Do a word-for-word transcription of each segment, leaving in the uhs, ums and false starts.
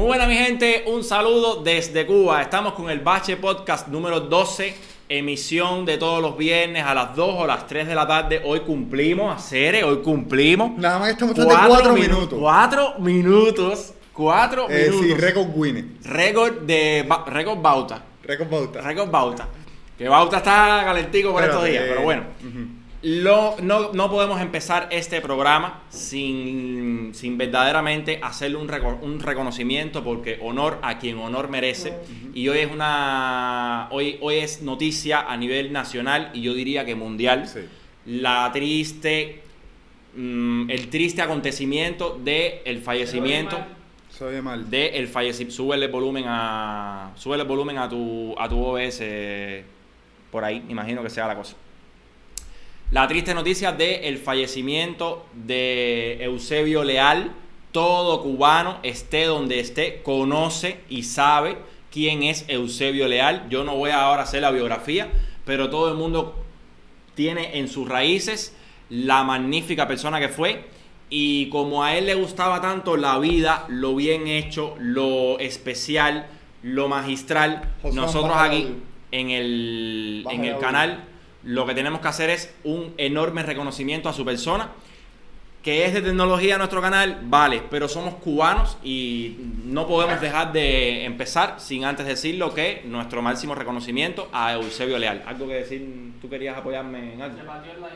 Muy buena mi gente, un saludo desde Cuba. Estamos con el Bache Podcast número doce, emisión de todos los viernes a las dos o las tres de la tarde. Hoy cumplimos, a Cere, hoy cumplimos. Nada más estamos tratando de cuatro minutos. Cuatro minutos. Cuatro eh, minutos. Sí, récord winning. Récord de récord Bauta. Récord Bauta. Récord Bauta. Que Bauta está calentico por estos días, eh, pero bueno. Uh-huh. Lo, no, no podemos empezar este programa sin, sin verdaderamente hacerle un, reco- un reconocimiento, porque honor a quien honor merece. Uh-huh. Y hoy es una hoy, hoy es noticia a nivel nacional y yo diría que mundial. Sí. La triste mm, el triste acontecimiento de el fallecimiento Soy mal. de el fallecimiento. Súbele el volumen a súbele el volumen a tu a tu O B S por ahí, me imagino que sea la cosa. La triste noticia del fallecimiento de Eusebio Leal. Todo cubano, esté donde esté, conoce y sabe quién es Eusebio Leal. Yo no voy ahora a hacer la biografía, pero todo el mundo tiene en sus raíces la magnífica persona que fue. Y como a él le gustaba tanto la vida, lo bien hecho, lo especial, lo magistral, José, nosotros aquí en el, en el canal lo que tenemos que hacer es un enorme reconocimiento a su persona. Que es de tecnología nuestro canal, vale, pero somos cubanos y no podemos dejar de empezar sin antes decirlo que nuestro máximo reconocimiento a Eusebio Leal. ¿Algo que decir? ¿Tú querías apoyarme en algo? ¿Se partió el live?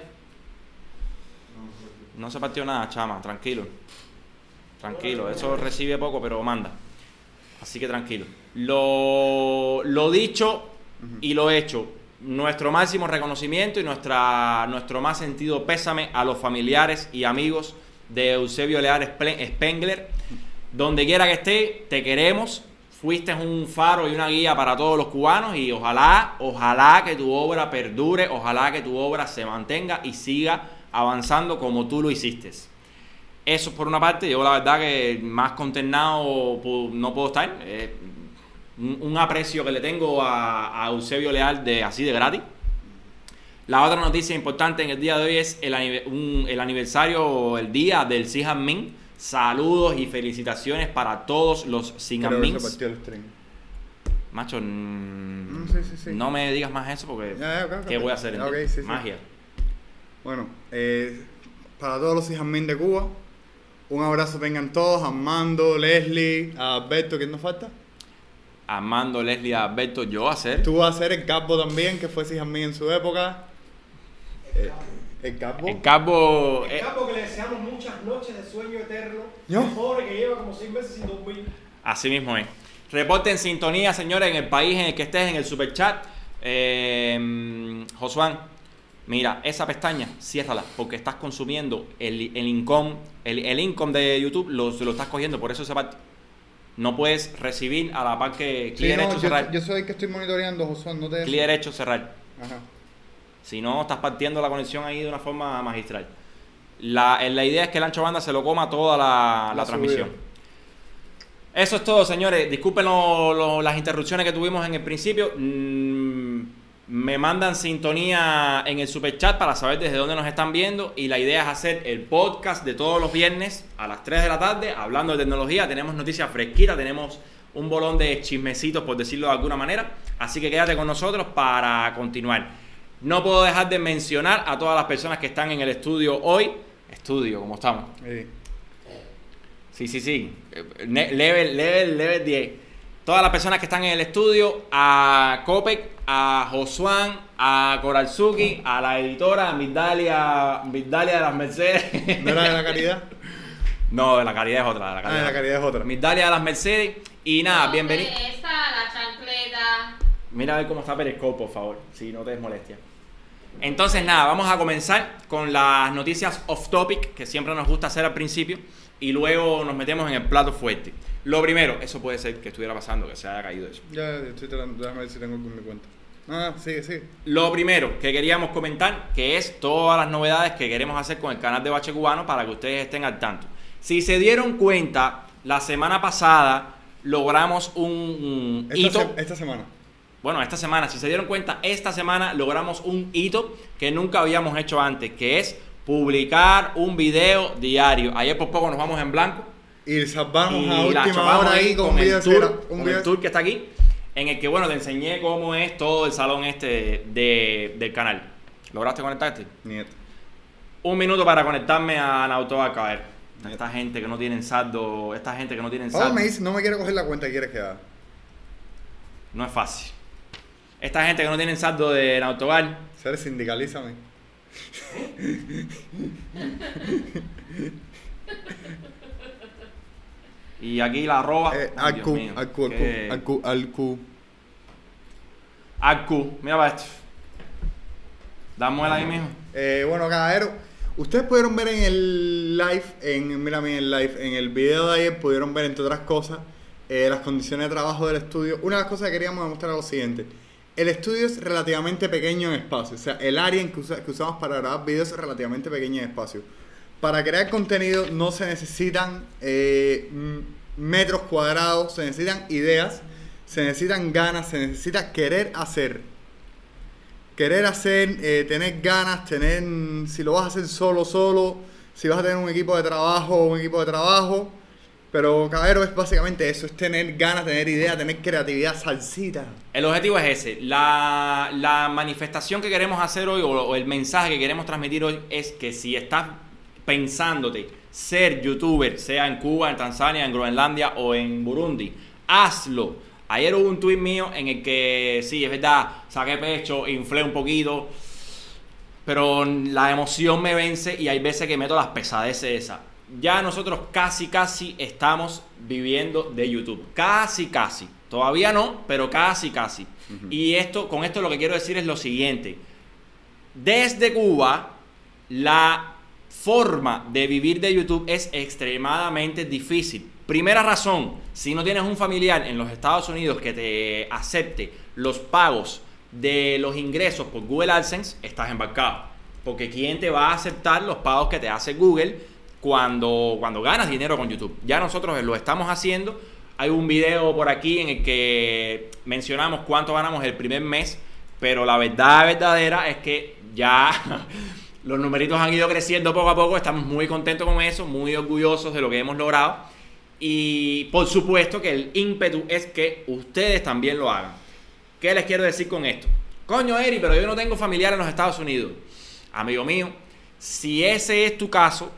No se partió nada, chama, tranquilo. Tranquilo, eso recibe poco, pero manda. Así que tranquilo. Lo, lo dicho y lo hecho. Nuestro máximo reconocimiento y nuestra, nuestro más sentido pésame a los familiares y amigos de Eusebio Leal Spengler. Donde quiera que esté, te queremos. Fuiste un faro y una guía para todos los cubanos y ojalá, ojalá que tu obra perdure, ojalá que tu obra se mantenga y siga avanzando como tú lo hiciste. Eso por una parte. Yo la verdad que más consternado no puedo estar. Eh, un aprecio que le tengo a, a Eusebio Leal de así de gratis. La otra noticia importante en el día de hoy es el, un, el aniversario, el día del Sihan Min. Saludos y felicitaciones para todos los Sihan Mins. Macho, mm, sí, sí, sí. No me digas más eso porque ya, ya, okay, ¿qué okay. voy a hacer? Okay, sí, Magia. Sí. Bueno, eh, para todos los Sihan Min de Cuba, un abrazo tengan todos. Armando, Leslie, a Alberto, ¿quién nos falta? Armando, Leslie, Alberto, yo a hacer. Tú vas a ser el Capo también, que fue Sihan Min en su época. Eh, el Capo. El Capo. El Capo que le deseamos muchas noches de sueño eterno. ¿Yo? El pobre que lleva como seis meses sin dormir. Así mismo es. Reporte en sintonía, señores, en el país en el que estés, en el superchat. Eh, Josuán, mira, esa pestaña, ciérrala, porque estás consumiendo el, el income, el, el income de YouTube, lo, lo estás cogiendo, por eso se parte. No puedes recibir a la par que clic sí, no, derecho yo, cerrar. Yo soy el que estoy monitoreando, Josué, no te... Clic derecho cerrar. Ajá. Si no, estás partiendo la conexión ahí de una forma magistral. La, la idea es que el ancho banda se lo coma toda la, la, la transmisión. Eso es todo, señores. Disculpen lo, lo, las interrupciones que tuvimos en el principio. Mm, me mandan sintonía en el superchat para saber desde dónde nos están viendo. Y la idea es hacer el podcast de todos los viernes a las tres de la tarde, hablando de tecnología. Tenemos noticias fresquitas, tenemos un bolón de chismecitos, por decirlo de alguna manera. Así que quédate con nosotros para continuar. No puedo dejar de mencionar a todas las personas que están en el estudio hoy. Estudio, ¿cómo estamos? Sí, sí, sí. sí. Level, level, level diez. Todas las personas que están en el estudio, a Copec, a Josuán, a Coralzuki, a la editora, a Migdalia, Migdalia de las Mercedes. ¿No era de la Caridad? No, de la Caridad es otra. De la Caridad, ah, de la Caridad es otra. Migdalia de las Mercedes. Y nada, no, bienvenido. Esta, la chancleta. Mira a ver cómo está Periscope, por favor, si no te des molestia. Entonces nada, vamos a comenzar con las noticias off topic, que siempre nos gusta hacer al principio, y luego nos metemos en el plato fuerte. Lo primero, eso puede ser que estuviera pasando, que se haya caído eso. Ya, estoy tratando, déjame ver si tengo en mi cuenta. Ah, sigue, sigue. Lo primero que queríamos comentar, que es todas las novedades que queremos hacer con el canal de Bache Cubano para que ustedes estén al tanto. Si se dieron cuenta, la semana pasada logramos un, un esta hito. Se, esta semana. Bueno, esta semana, si se dieron cuenta, esta semana logramos un hito que nunca habíamos hecho antes, que es publicar un video diario. Ayer por poco nos vamos en blanco Y salvamos y a la última chocamos hora ahí con un el video, tour, era un con video- el tour que está aquí, en el que, bueno, te enseñé cómo es todo el salón este de, del canal. ¿Lograste conectarte? Nieto. Un minuto para conectarme a Nautoac, a ver. Esta gente que no tienen saldo, esta gente que no tienen Pablo saldo, me dice, no me quiere coger la cuenta, ¿quieres que haga? no es fácil. Esta gente que no tienen saldo de Nautoac, Ser sindicalízame. y aquí la arroba. Eh, Ay, al Dios Q, mío, al Q, al qué- Q, al Q, al Q. Al Q, mira para esto. Dame ahí mismo. Eh, bueno, caballero, ustedes pudieron ver en el live, en, mírame en el live, en el video de ayer pudieron ver, entre otras cosas, eh, las condiciones de trabajo del estudio. Una de las cosas que queríamos demostrar es lo siguiente. El estudio es relativamente pequeño en espacio, o sea, el área en que, usa- que usamos para grabar videos es relativamente pequeño en espacio. Para crear contenido no se necesitan eh, m- metros cuadrados, se necesitan ideas, se necesitan ganas, se necesita querer hacer. Querer hacer, eh, tener ganas, tener, si lo vas a hacer solo, solo, si vas a tener un equipo de trabajo, un equipo de trabajo. Pero, caballero, es básicamente eso, es tener ganas, tener ideas, tener creatividad, salsita. El objetivo es ese. La, la manifestación que queremos hacer hoy, o, o el mensaje que queremos transmitir hoy, es que si estás pensándote ser youtuber, sea en Cuba, en Tanzania, en Groenlandia o en Burundi, hazlo. Ayer hubo un tuit mío en el que, sí, es verdad, saqué pecho, inflé un poquito, pero la emoción me vence y hay veces que meto las pesadeces esas. Ya nosotros casi, casi estamos viviendo de YouTube. Casi, casi. Todavía no, pero casi, casi. Uh-huh. Y esto, con esto lo que quiero decir es lo siguiente. Desde Cuba, la forma de vivir de YouTube es extremadamente difícil. Primera razón, si no tienes un familiar en los Estados Unidos que te acepte los pagos de los ingresos por Google AdSense, estás embarcado. Porque ¿quién te va a aceptar los pagos que te hace Google cuando, cuando ganas dinero con YouTube? Ya nosotros lo estamos haciendo. Hay un video por aquí en el que mencionamos cuánto ganamos el primer mes, pero la verdad verdadera es que ya los numeritos han ido creciendo poco a poco. Estamos muy contentos con eso, muy orgullosos de lo que hemos logrado. Y por supuesto que el ímpetu es que ustedes también lo hagan. ¿Qué les quiero decir con esto? Coño, Eri, pero yo no tengo familiar en los Estados Unidos. Amigo mío, si ese es tu caso,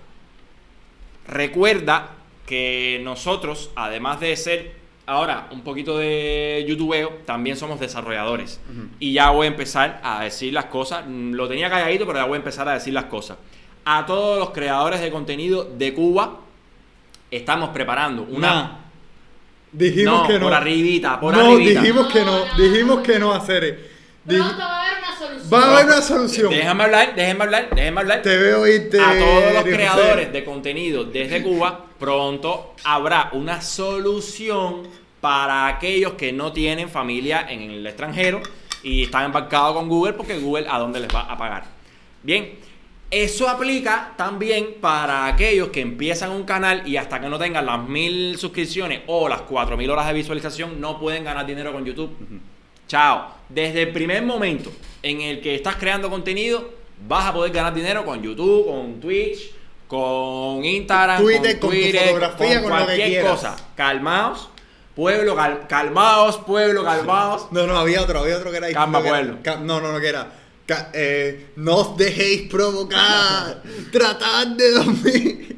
recuerda que nosotros, además de ser ahora un poquito de youtubeo, también somos desarrolladores. Uh-huh. Y ya voy a empezar a decir las cosas. Lo tenía calladito, pero ya voy a empezar a decir las cosas. A todos los creadores de contenido de Cuba, estamos preparando una... Nah. Dijimos no, que no. por arribita, por no, arribita. dijimos que no, No, no, dijimos no. que no hacer. Pronto va a haber una solución. Va a haber una solución. Déjame hablar, déjenme hablar, déjenme hablar. Te veo irte. A todos los José. creadores de contenido desde Cuba, pronto habrá una solución para aquellos que no tienen familia en el extranjero y están embarcados con Google, porque Google a dónde les va a pagar. Bien, eso aplica también para aquellos que empiezan un canal y hasta que no tengan las mil suscripciones o las cuatro mil horas de visualización no pueden ganar dinero con YouTube. Uh-huh. Chao. Desde el primer momento en el que estás creando contenido, vas a poder ganar dinero con YouTube, con Twitch, con Instagram, Twitter, con, con tu Twitter, fotografía, con con lo que cualquier quieras. cosa. Calmaos, pueblo, cal, calmaos, pueblo, calmaos. No, no, había otro, había otro que era... Calma, que era- pueblo. ca- no, no, no, que era... ca- eh, no os dejéis provocar, tratad de dormir.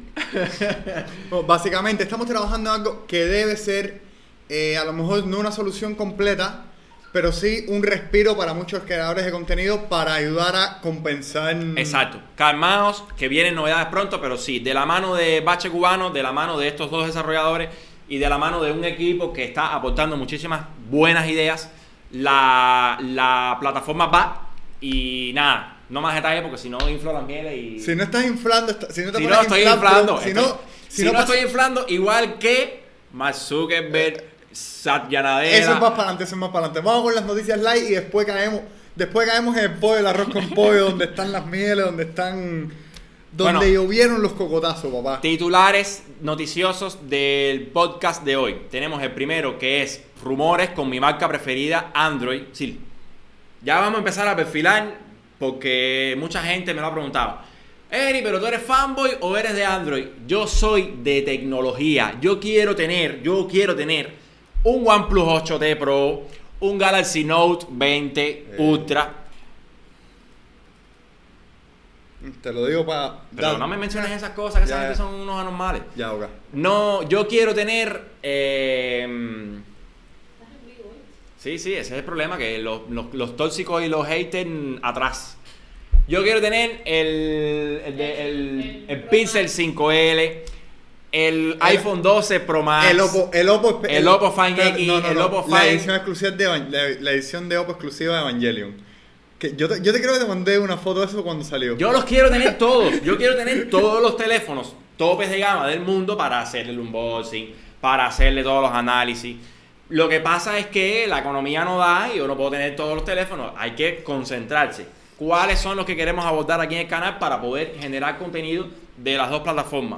Bueno, básicamente estamos trabajando en algo que debe ser, eh, a lo mejor no una solución completa, pero sí un respiro para muchos creadores de contenido para ayudar a compensar. Exacto. Calmaos, que vienen novedades pronto, pero sí, de la mano de Bache Cubano, de la mano de estos dos desarrolladores y de la mano de un equipo que está aportando muchísimas buenas ideas, la, la plataforma va y nada, no más detalles porque si no inflo las mieles y... Si no estás inflando, está- si no te Si pones no estoy inflar, inflando, pero- si estoy- no, si si no, no pasa- estoy inflando, igual que Mark Zuckerberg, Satya Nadella. Eso es más para adelante, eso es más para adelante. Vamos con las noticias light y después caemos, después caemos en el pollo, el arroz con pollo, donde están las mieles, donde están, donde Bueno. llovieron los cocotazos, papá. Titulares noticiosos del podcast de hoy. Tenemos el primero, que es rumores con mi marca preferida, Android. Sí, ya vamos a empezar a perfilar porque mucha gente me lo ha preguntado. Eri, pero tú eres fanboy o eres de Android. Yo soy de tecnología. Yo quiero tener, yo quiero tener un OnePlus ocho T Pro, un Galaxy Note veinte Eh. Ultra. Te lo digo para... Pero no me menciones esas cosas, que Ya, esa gente ya. son unos anormales. Ya, ok. No, yo quiero tener... eh, Estás en vivo, ¿eh? sí, sí, ese es el problema, que los, los, los tóxicos y los haters atrás. Yo quiero tener el, el, de- el, El- el Pro Pixel Max. cinco L, el iPhone doce Pro Max. El Oppo, el Oppo, El Oppo Find espérate, X, no, no, el no, Oppo la Find- edición exclusiva de Evan- la, la edición de Oppo exclusiva de Evangelion. Que yo, te, yo te creo que te mandé una foto de eso cuando salió. Yo los quiero tener todos. Yo quiero tener todos los teléfonos topes de gama del mundo para hacerle el unboxing, para hacerle todos los análisis. Lo que pasa es que la economía no da y yo no puedo tener todos los teléfonos. Hay que concentrarse. ¿Cuáles son los que queremos abordar aquí en el canal para poder generar contenido de las dos plataformas?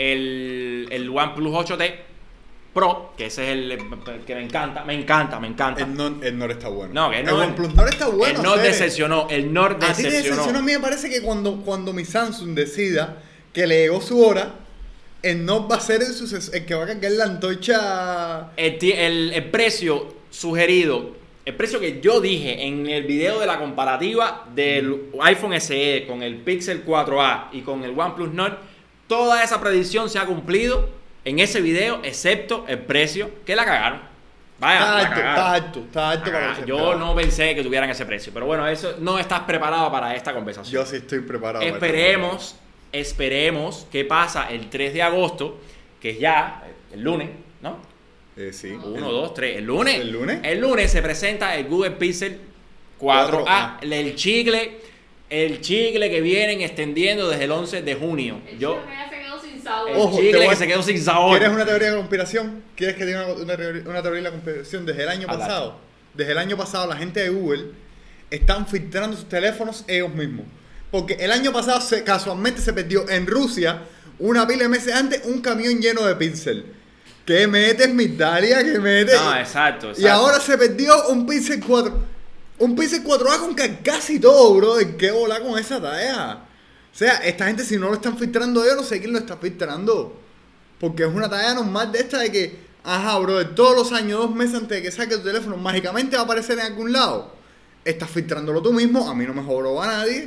El, el OnePlus ocho T Pro, que ese es el, el que me encanta, me encanta, me encanta. El Nord, el Nord está bueno. No, que el no- OnePlus Nord está bueno. el Nord Cere. decepcionó, el Nord A ti te decepcionó. decepciona. A mí me parece que cuando, cuando mi Samsung decida que le llegó su hora, el Nord va a ser el, suces- el que va a cargar la antorcha. El, ti- el- el precio sugerido, el precio que yo dije en el video de la comparativa del iPhone S E con el Pixel cuatro A y con el OnePlus Nord, toda esa predicción se ha cumplido en ese video, excepto el precio, que la cagaron. Vaya, Está la alto, cagaron. está alto, está alto para Ah, lo que se yo esperaba. no pensé que tuvieran ese precio, pero bueno, eso no estás preparado para esta conversación. Yo sí estoy preparado. para esto. Esperemos, esperemos qué pasa el tres de agosto, que es ya el lunes, ¿no? Eh, sí. Uno, dos, tres. El lunes. ¿El lunes? El lunes se presenta el Google Pixel cuatro A. El chicle. El chicle que vienen extendiendo desde el once de junio. El Yo, chico que ya se quedó sin sabor. el Ojo, te chicle voy a- que se quedó sin sabor. ¿Quieres una teoría de conspiración? ¿Quieres que diga una, una teoría, una teoría de la conspiración? Desde el año Adelante. pasado, desde el año pasado, la gente de Google están filtrando sus teléfonos ellos mismos. Porque el año pasado, se, casualmente, se perdió en Rusia, una pila de meses antes, un camión lleno de Pixel. Que metes, Migdalia, que metes. No, exacto, exacto. Y ahora se perdió un Pixel cuatro. Un Pixel cuatro A con carcasa y todo, bro. ¿Qué bola con esa talla? O sea, esta gente, si no lo están filtrando ellos, no sé quién lo está filtrando. Porque es una talla normal de esta de que, ajá, bro, todos los años, dos meses antes de que saque tu teléfono, mágicamente va a aparecer en algún lado. Estás filtrándolo tú mismo, a mí no me jobró a nadie.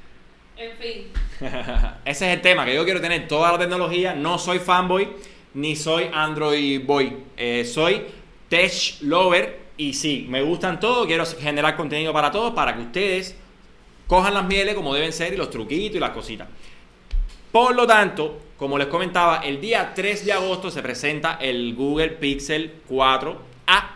En fin. Ese es el tema, que yo quiero tener toda la tecnología. No soy fanboy, ni soy Android boy. Eh, soy tech lover. Y sí, me gustan todos. Quiero generar contenido para todos, para que ustedes cojan las mieles como deben ser y los truquitos y las cositas. Por lo tanto, como les comentaba, el día tres de agosto se presenta el Google Pixel cuatro A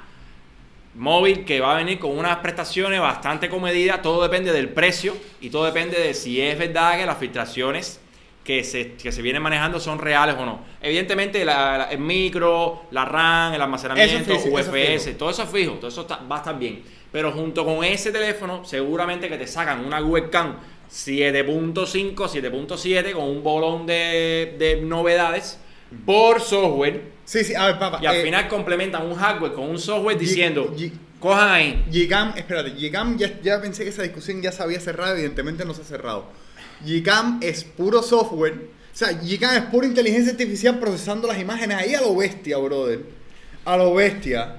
móvil, que va a venir con unas prestaciones bastante comedidas. Todo depende del precio y todo depende de si es verdad que las filtraciones que se, que se vienen manejando son reales o no. Evidentemente la- la- el micro, la RAM, el almacenamiento, Eso es fijo, U eso es F S, fijo. todo eso es fijo, todo eso está- va a estar bien. Pero junto con ese teléfono, seguramente que te sacan una webcam siete punto cinco, siete punto siete con un bolón de, de novedades por software. Sí, sí, a ver, papá. Y al eh, final complementan un hardware con un software diciendo, G- cojan ahí. Gcam, espérate, Gcam ya, ya pensé que esa discusión ya se había cerrado, evidentemente no se ha cerrado. Gcam es puro software, o sea, Gcam es pura inteligencia artificial procesando las imágenes ahí a lo bestia, brother. A lo bestia.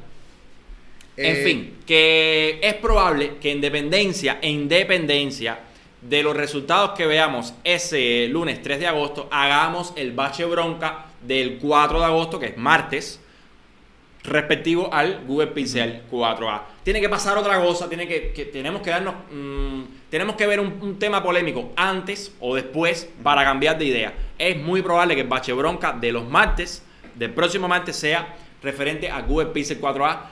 En Eh, fin, que es probable que en dependencia, en dependencia de los resultados que veamos ese lunes tres de agosto, hagamos el bache bronca del cuatro de agosto, que es martes, respectivo al Google Pixel cuatro A. Tiene que pasar otra cosa, tiene que, que tenemos que darnos, mm, tenemos que ver un, un tema polémico antes o después para cambiar de idea. Es muy probable que el bache bronca de los martes, del próximo martes, sea referente a Google Pixel cuatro A,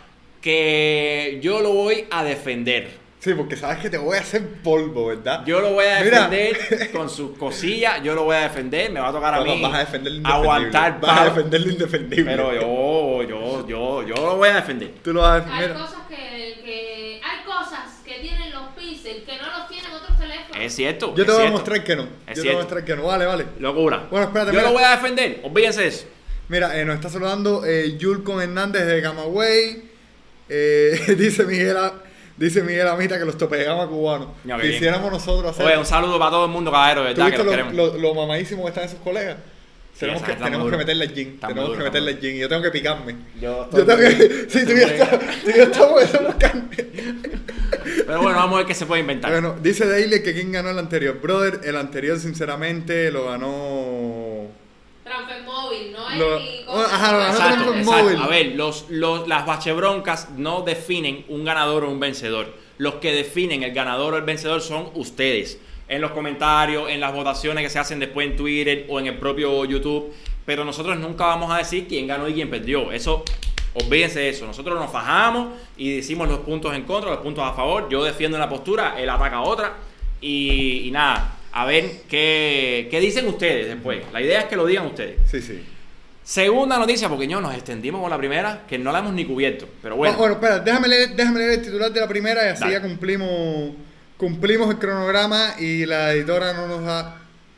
que yo lo voy a defender. Sí, porque sabes que te voy a hacer polvo, ¿verdad? Yo lo voy a Mira. defender con sus cosillas, yo lo voy a defender, me va a tocar a Papá, mí vas a defender lo indefendible. aguantar Vas a palo. defender lo indefendible. Pero yo, yo, yo, yo lo voy a defender. Tú lo vas a Hay defender. cosas que, que hay cosas que tienen los Pixel que no los tienen otros teléfonos. Es cierto. Yo es te voy a cierto. mostrar que no. Es Yo te voy a cierto. mostrar que no. Vale, vale. Locura. Bueno, espérate, Yo mira. lo voy a defender, olvídense de eso. Mira, eh, nos está saludando eh, Yulcon Hernández de Camagüey. Eh, dice Miguel, Dice Miguel Amita que los topegama cubanos. No, que bien. hiciéramos nosotros hacer. Oye, un saludo para todo el mundo, caballero, de ¿Tú verdad, que viste los lo, queremos. lo, lo mamadísimo que están esos colegas? Sí, tenemos esa que, gente está tenemos muy que dura. meterle el gin. Está muy Tenemos dura, que está meterle muy el gin. Y yo tengo que picarme. Yo, Yo tengo que. Sí, tú ya estás. Tú ya estás porque somos carne. Pero bueno, vamos a ver qué se puede inventar. Bueno, dice Daily que quién ganó el anterior. Brother, el anterior, sinceramente, lo ganó. Transfer móvil, no es Lo- ni oh, ajá, lo ganó Exacto, Transfer exacto. móvil. A ver, los, los, las bachebroncas no definen un ganador o un vencedor. Los que definen el ganador o el vencedor son ustedes. En los comentarios, en las votaciones que se hacen después en Twitter o en el propio YouTube. Pero nosotros nunca vamos a decir quién ganó y quién perdió. Eso, olvídense de eso. Nosotros nos fajamos y decimos los puntos en contra, los puntos a favor. Yo defiendo una postura, él ataca otra. Y, y nada, a ver qué, qué dicen ustedes después. La idea es que lo digan ustedes. Sí, sí. Segunda noticia, porque yo nos extendimos con la primera, que no la hemos ni cubierto. Pero bueno, Ah, bueno, espera, déjame leer, déjame leer el titular de la primera y así Dale. ya cumplimos, cumplimos el cronograma y la editora no nos da.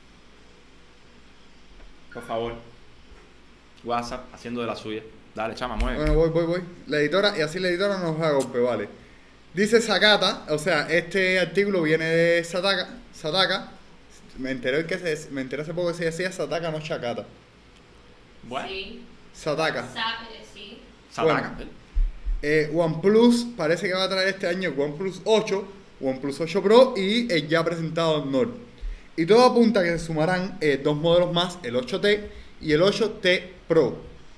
por favor. WhatsApp haciendo de la suya. Dale, chama, mueve. Bueno, voy, voy, voy. La editora, y así la editora nos da golpe, vale. Dice Sakata, o sea, este artículo viene de Sataka, Sataka. Me enteré que se, me enteré hace poco que se decía Sataka, no Chacata. Bueno, Sí. Sataka. Sa- eh, sí. Sataka. Eh, OnePlus parece que va a traer este año el OnePlus ocho, OnePlus ocho Pro y el ya presentado Nord. Y todo apunta a que se sumarán eh, dos modelos más, el ocho T y el ocho T Pro.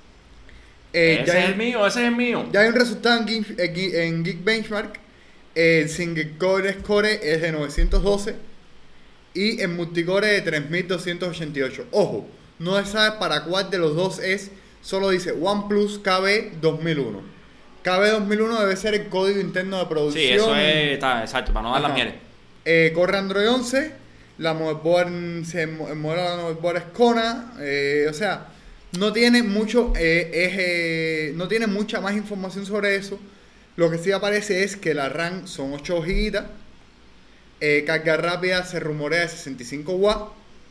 Eh, ese ya es hay- el mío, ese es el mío. Ya hay un resultado en Geek, en Geek- en Geek Benchmark. El single core score es de novecientos doce y el multicore de tres mil doscientos ochenta y ocho. Ojo, no se sabe para cuál de los dos es, solo dice OnePlus K B dos mil uno. K B dos mil uno debe ser el código interno de producción. Sí, eso es, está, exacto, para no dar las Ajá. mieles. Eh, corre Android once, la motherboard, se- el modelo de la motherboard es Kona, eh, o sea, no tiene mucho, eh, es, eh, no tiene mucha más información sobre eso. Lo que sí aparece es que la RAM son ocho gigas, eh, carga rápida se rumorea de sesenta y cinco watts,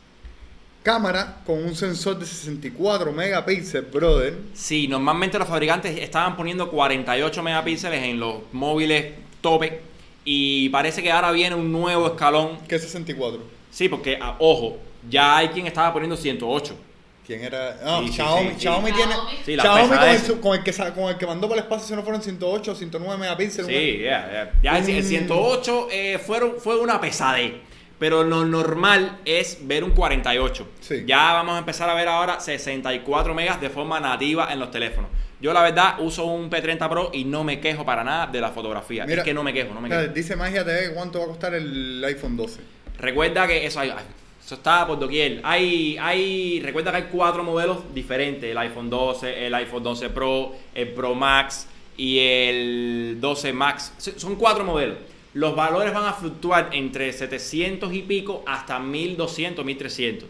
cámara con un sensor de sesenta y cuatro megapíxeles, brother. Sí, normalmente los fabricantes estaban poniendo cuarenta y ocho megapíxeles en los móviles tope y parece que ahora viene un nuevo escalón. ¿Qué es sesenta y cuatro? Sí, porque, ah, ojo, ya hay quien estaba poniendo ciento ocho. ¿Quién era? No, Sí, sí, Xiaomi, sí, sí. Xiaomi tiene. Xiaomi. Sí, la Xiaomi con el, pesadez. su- con, el que, sa- con el que mandó para el espacio, si no fueron ciento ocho o ciento nueve megapíxeles. Sí, ya, ya. Ya el, el Mm. ciento ocho eh, fueron, fue una pesadez. Pero lo normal es ver un cuarenta y ocho. Sí. Ya vamos a empezar a ver ahora sesenta y cuatro megas de forma nativa en los teléfonos. Yo la verdad uso un P treinta Pro y no me quejo para nada de la fotografía. Mira, es que no me quejo, no me Mira, quejo. dice Magia T V cuánto va a costar el iPhone doce. Recuerda que eso hay, ay, eso está por doquier. Hay, hay, recuerda que hay cuatro modelos diferentes: el iPhone doce, el iPhone doce Pro, el Pro Max y el doce Max. Son cuatro modelos. Los valores van a fluctuar entre setecientos y pico hasta mil doscientos, mil trescientos.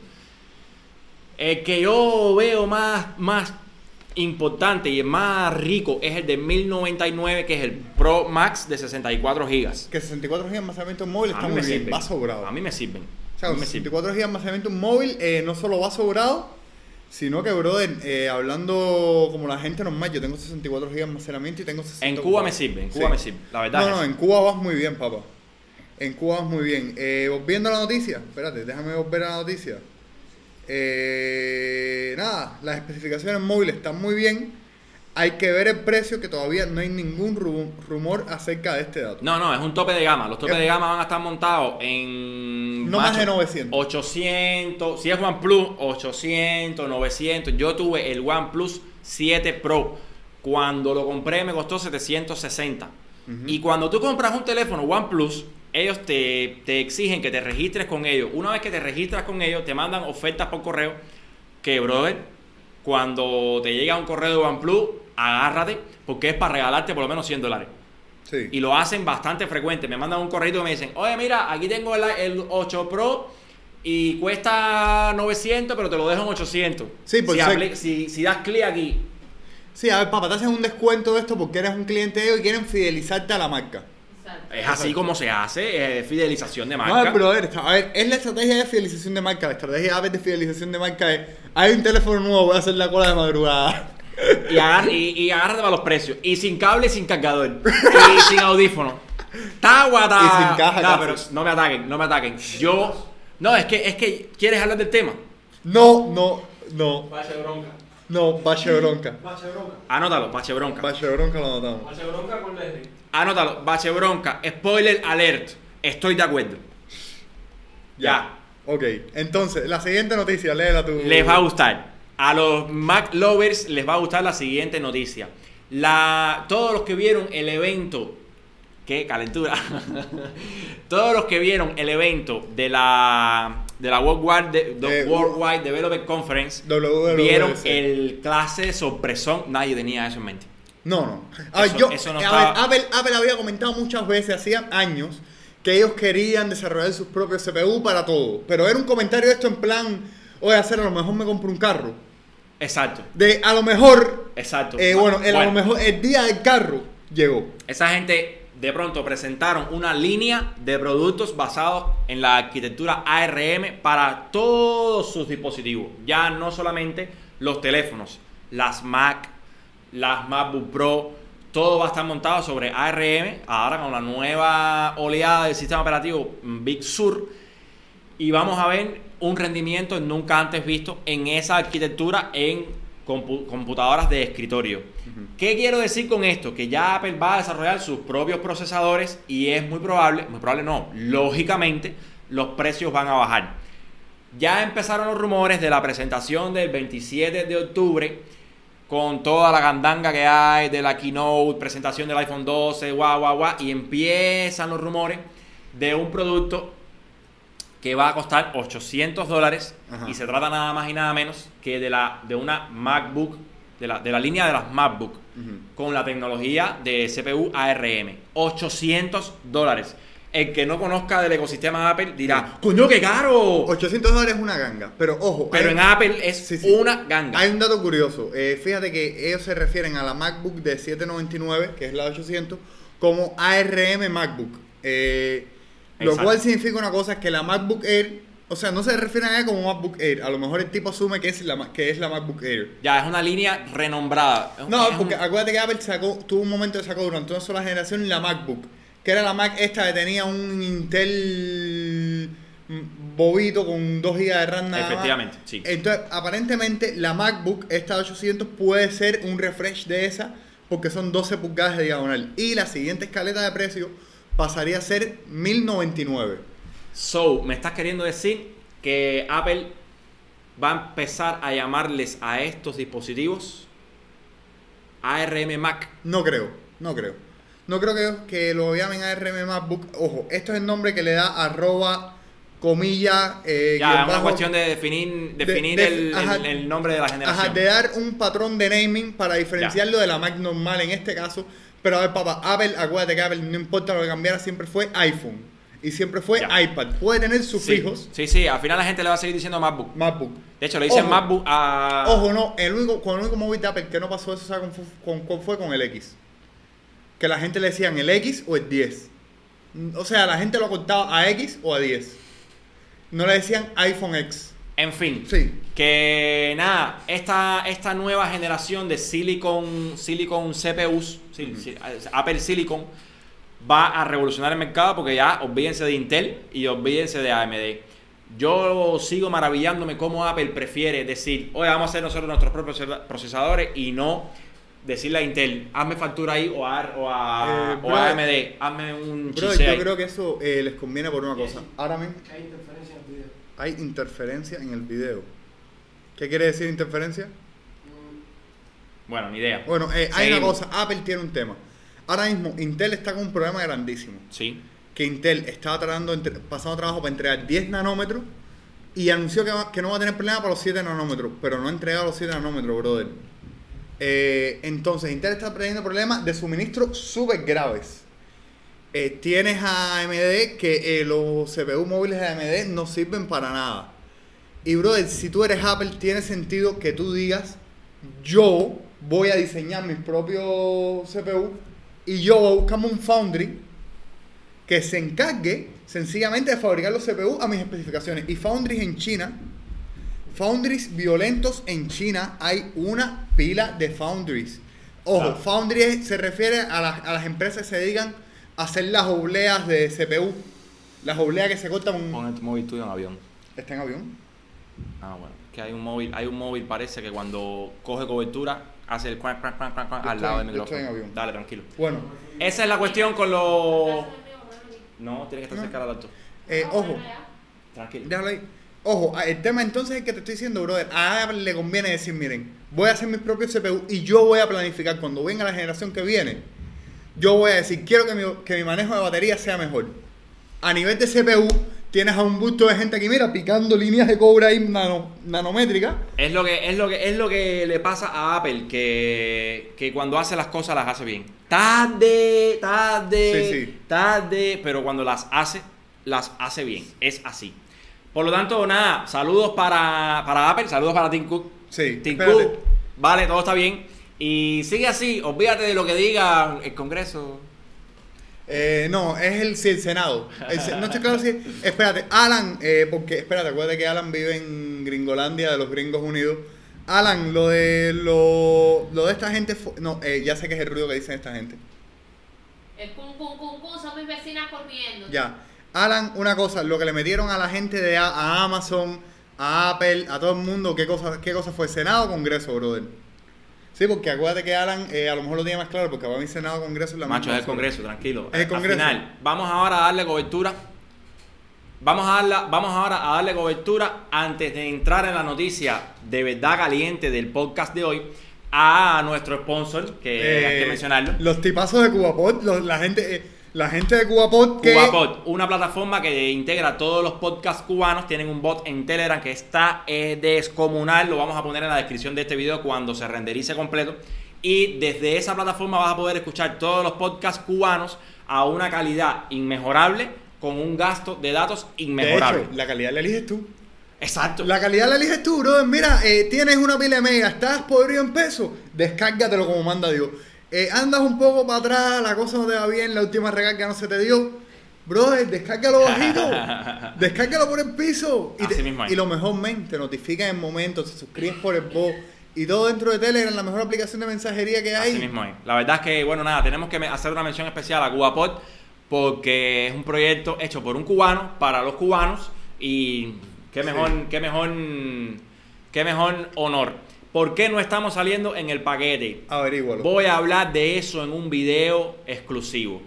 El que yo veo más, más importante y el más rico es el de mil noventa y nueve, que es el Pro Max de sesenta y cuatro gigas. Que sesenta y cuatro gigas de almacenamiento móvil A está mí muy me bien, sirven. va sobrado. A mí me sirven. O sea, A con mí me sesenta y sirven. cuatro gigas de almacenamiento móvil eh, no solo va sobrado, sino que, brother, eh, hablando como la gente normal, yo tengo sesenta y cuatro gigas de almacenamiento y tengo sesenta. En Cuba me sirve, en Cuba Sí. me sirve. La verdad No, es no, esa. en Cuba vas muy bien, papá. En Cuba vas muy bien. Eh, volviendo a la noticia, espérate, déjame volver a la noticia. Eh, nada, las especificaciones móviles están muy bien. Hay que ver el precio, que todavía no hay ningún ru- rumor acerca de este dato. No, no, es un tope de gama. Los topes Es- de gama van a estar montados en... No más macho, de novecientos. ochocientos. Si es OnePlus, ochocientos, novecientos. Yo tuve el OnePlus siete Pro. Cuando lo compré me costó setecientos sesenta. Y cuando tú compras un teléfono OnePlus, ellos te, te exigen que te registres con ellos. Una vez que te registras con ellos, te mandan ofertas por correo. Que, brother, cuando te llega un correo de OnePlus, agárrate, porque es para regalarte por lo menos cien dólares. Sí. Y lo hacen bastante frecuente. Me mandan un correo y me dicen, oye, mira, aquí tengo el, el ocho Pro y cuesta novecientos, pero te lo dejo en ochocientos. Sí, por si, ser- apli- si, si das clic aquí. Sí, a ver, papá, te hacen un descuento de esto porque eres un cliente de ellos y quieren fidelizarte a la marca. Exacto. Es así como se hace, eh, fidelización de No, marca. brother, está- a ver, es la estrategia de fidelización de marca. La estrategia de fidelización de marca es: hay un teléfono nuevo, voy a hacer la cola de madrugada. Y, agar- y, y agárrate para los precios. Y sin cable y sin cargador. Y sin audífono. Táguata. Y sin caja No, casi. pero no me ataquen, no me ataquen. Yo. No, es que, es que. ¿Quieres hablar del tema? No, no, no, Bache bronca. no, Bache Bronca. Bache bronca. Anótalo, bache bronca. Bache Bronca lo notamos. Bache bronca con Leslie. Anótalo, bache bronca. Spoiler alert. Estoy de acuerdo. Ya. Ok, entonces, la siguiente noticia, léela tú. Les va a gustar. A los Mac lovers les va a gustar la siguiente noticia. La, todos los que vieron el evento, qué calentura. Todos los que vieron el evento de la de la Worldwide, de, de Eh, Worldwide Developer Conference, W W D C. vieron el clase sorpresón. Nadie tenía eso en mente. No, no. A ver, Eso- yo, eso no a estaba- ver, Apple, Apple había comentado muchas veces, hacía años, que ellos querían desarrollar sus propios C P U para todo. Pero era un comentario esto en plan, oye, hacer a lo mejor me compro un carro. Exacto, De a lo mejor, exacto. eh, bueno, el, a lo mejor el día del carro llegó. Esa gente de pronto presentaron una línea de productos basados en la arquitectura A R M para todos sus dispositivos. Ya no solamente los teléfonos, las Mac, las MacBook Pro, todo va a estar montado sobre A R M, ahora con la nueva oleada del sistema operativo Big Sur. Y vamos a ver un rendimiento nunca antes visto en esa arquitectura en compu- computadoras de escritorio. ¿Qué quiero decir con esto? Que ya Apple va a desarrollar sus propios procesadores y es muy probable, muy probable no, lógicamente los precios van a bajar. Ya empezaron los rumores de la presentación del veintisiete de octubre con toda la gandanga que hay de la keynote, presentación del iPhone doce, guau, guau, guau, y empiezan los rumores de un producto que va a costar ochocientos dólares. Ajá. Y se trata nada más y nada menos que de, la, de una MacBook, de la, de la línea de las MacBook, Ujú. con la tecnología de C P U A R M. ochocientos dólares. El que no conozca del ecosistema de Apple dirá, ¡coño, qué caro! ochocientos dólares es una ganga. Pero ojo, Pero hay- en Apple es Sí, sí. una ganga. Hay un dato curioso. Eh, fíjate que ellos se refieren a la MacBook de setecientos noventa y nueve, que es la ochocientos, como A R M MacBook. Eh, lo Exacto. cual significa una cosa, que la MacBook Air, o sea, no se refieren a ella como MacBook Air. A lo mejor el tipo asume que es la, ma- que es la MacBook Air. Ya, es una línea renombrada. Es un- No, es porque un- acuérdate que Apple sacó, tuvo un momento que sacó durante una sola generación la MacBook, que era la Mac esta que tenía un Intel mm, bobito con dos gigas de RAM nada más. Efectivamente, sí. Entonces, aparentemente, la MacBook, esta ochocientos, puede ser un refresh de esa, porque son doce pulgadas de diagonal. Y la siguiente escaleta de precio pasaría a ser mil noventa y nueve. So, me estás queriendo decir que Apple va a empezar a llamarles a estos dispositivos A R M Mac. No creo, no creo. No creo que, que lo llamen A R M MacBook. Ojo, esto es el nombre que le da arroba, comilla, eh, Ya, guión es una bajo, cuestión de definir, definir de- el, ajá. el- el nombre de la generación. Ajá, de dar un patrón de naming para diferenciarlo de la Mac normal en este caso. Pero a ver, papá, Apple, acuérdate que Apple, no importa lo que cambiara, siempre fue iPhone. Y siempre fue Ya. iPad. Puede tener sus Sí, fijos, sí, sí, al final la gente le va a seguir diciendo MacBook. MacBook. De hecho, le dicen Ojo. MacBook a... Ojo, no, el único, con el único móvil de Apple que no pasó eso, ¿sabes con, fu- con, cuál fue? Con el X. Que la gente le decían el X o el diez. O sea, la gente lo cortaba a X o a diez. No le decían iPhone X. En fin, Sí. que nada, esta, esta nueva generación de Silicon, Silicon C P Us, sí, sí, Apple Silicon, va a revolucionar el mercado porque ya olvídense de Intel y olvídense de A M D. Yo sigo maravillándome cómo Apple prefiere decir, oye, vamos a hacer nosotros nuestros propios procesadores y no decirle a Intel, hazme factura ahí o a, o a, Eh, o bro, a A M D, hazme un Bro, chipset yo ahí. creo que eso eh, les conviene por una cosa. Ahora mismo Hay interferencia en el video. hay interferencia en el video. ¿Qué quiere decir interferencia? Bueno, ni idea. Bueno, eh, hay una Seguimos. cosa. Apple tiene un tema. Ahora mismo Intel está con un problema grandísimo. Sí. Que Intel estaba tratando, entre- pasando trabajo para entregar diez nanómetros y anunció que, va- que no va a tener problema para los siete nanómetros, pero no ha entregado los siete nanómetros, brother. Eh, entonces, Intel está teniendo problemas de suministro súper graves. Eh, tienes a A M D que eh, los C P U móviles de A M D no sirven para nada. Y, brother, si tú eres Apple, tiene sentido que tú digas, yo voy a diseñar mis propios C P U y yo voy a buscarme un foundry que se encargue sencillamente de fabricar los C P U a mis especificaciones. Y foundries en China, foundries violentos en China, hay una pila de foundries. Ojo, Claro. foundries se refiere a las, a las empresas que se dedican hacer las obleas de C P U. Las obleas que se cortan. Pon el móvil tuyo en avión. ¿Está en avión? Ah, bueno. Es que hay un móvil, hay un móvil, parece que cuando coge cobertura, hace el cuac, cuac, cuac, cuac, cuac Yo al estoy- lado del yo micrófono. estoy en avión. Dale, tranquilo. Bueno, Esa es la cuestión con los... No, tienes que estar No. cerca del alto. eh, ojo. Tranquilo. Déjalo ahí. Ojo, el tema entonces es que te estoy diciendo, brother, a Apple le conviene decir, miren, voy a hacer mis propios C P U y yo voy a planificar cuando venga la generación que viene, yo voy a decir, quiero que mi, que mi manejo de batería sea mejor. A nivel de C P U, tienes a un busto de gente aquí, mira, picando líneas de cobre ahí nano, nanométricas. Es lo que es lo que es lo que le pasa a Apple, que, que cuando hace las cosas las hace bien. Tarde, tarde, Sí, sí. tarde, pero cuando las hace, las hace bien. Es así. Por lo tanto, nada, saludos para, para Apple, saludos para Tim Cook. Sí, Tim espérate. Cook, vale, todo está bien. Y sigue así, olvídate de lo que diga el Congreso. Eh, no, es el, sí, el Senado. El se- no estoy claro si... Espérate, Alan, eh, porque, espérate, acuérdate que Alan vive en Gringolandia de los Gringos Unidos. Alan, lo de lo, lo de esta gente... fu- No, eh, ya sé que es el ruido que dicen esta gente. El cum, cum, cum, cum, son mis vecinas corriendo. Ya. Alan, una cosa, lo que le metieron a la gente de a, a Amazon, a Apple, a todo el mundo, ¿qué cosa, qué cosa fue? ¿Senado o Congreso, brother? Sí, porque acuérdate que Alan eh, a lo mejor lo tiene más claro, porque para mí Senado o Congreso es la Macho, misma es el cosa. Congreso, tranquilo. Es el Congreso. Al final, vamos ahora a darle cobertura. Vamos a, darla, vamos ahora a darle cobertura antes de entrar en la noticia de verdad caliente del podcast de hoy a nuestro sponsor, que Eh, hay que mencionarlo. Los tipazos de Cubapod, los- la gente... eh, La gente de Cubapod que... CubaPod, una plataforma que integra todos los podcasts cubanos. Tienen un bot en Telegram que está eh, descomunal. Lo vamos a poner en la descripción de este video cuando se renderice completo. Y desde esa plataforma vas a poder escuchar todos los podcasts cubanos a una calidad inmejorable con un gasto de datos De inmejorable. hecho, la calidad la eliges tú. Exacto. La calidad la eliges tú, brother. Mira, eh, tienes una pila de mega, estás podrido en peso, descárgatelo como manda Dios. Eh, andas un poco para atrás, la cosa no te va bien, la última recarga no se te dio. Brother, descárgalo bajito. Descárgalo por el piso. Y, Así te- mismo es. y lo mejor, men, te notifica en el momento, te suscribes por el bot. Y todo dentro de Telegram, la mejor aplicación de mensajería que hay. Así mismo es. La verdad es que, bueno, nada, tenemos que me- hacer una mención especial a CubaPod porque es un proyecto hecho por un cubano para los cubanos y qué mejor, Sí. qué mejor, qué mejor honor. ¿Por qué no estamos saliendo en el paquete? Averígualo. Voy a hablar de eso en un video exclusivo.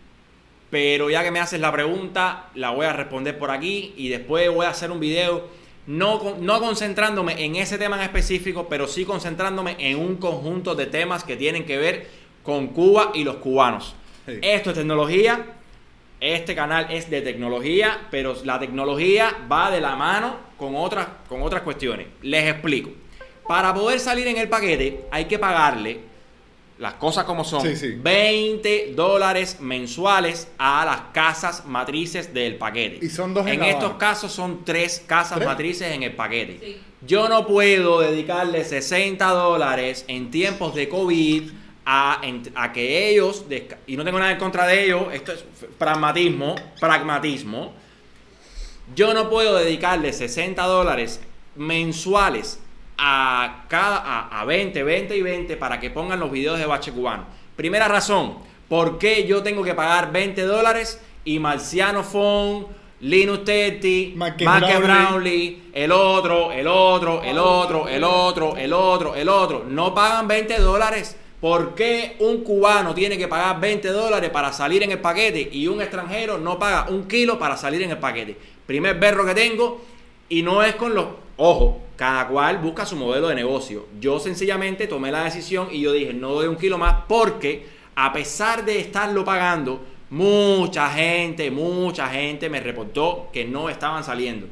Pero ya que me haces la pregunta, la voy a responder por aquí y después voy a hacer un video no, con- no concentrándome en ese tema en específico, pero sí concentrándome en un conjunto de temas que tienen que ver con Cuba y los cubanos. Sí. Esto es tecnología, este canal es de tecnología, pero la tecnología va de la mano con otras, con otras cuestiones. Les explico. Para poder salir en el paquete hay que pagarle las cosas como son, Sí, sí. veinte dólares mensuales a las casas matrices del paquete. Y son dos en En La estos Habana. casos son tres casas ¿Tres? matrices en el paquete. Sí. Yo no puedo dedicarle sesenta dólares en tiempos de COVID a, en- a que ellos, desca- y no tengo nada en contra de ellos, esto es pragmatismo, pragmatismo. Yo no puedo dedicarle sesenta dólares mensuales a cada a, a veinte, veinte y veinte para que pongan los videos de Bache Cubano. Primera razón, ¿por qué yo tengo que pagar veinte dólares y Marciano Phone, Linus Tetti, Marques Marques Brownlee, Brownlee, el otro, el otro, el otro, el otro, el otro, el otro, no pagan veinte dólares? ¿Por qué un cubano tiene que pagar veinte dólares para salir en el paquete y un extranjero no paga un kilo para salir en el paquete? Primer berro que tengo, y no es con los... Ojo, cada cual busca su modelo de negocio. Yo sencillamente tomé la decisión y yo dije, no doy un kilo más porque a pesar de estarlo pagando, mucha gente, mucha gente me reportó que no estaban saliendo.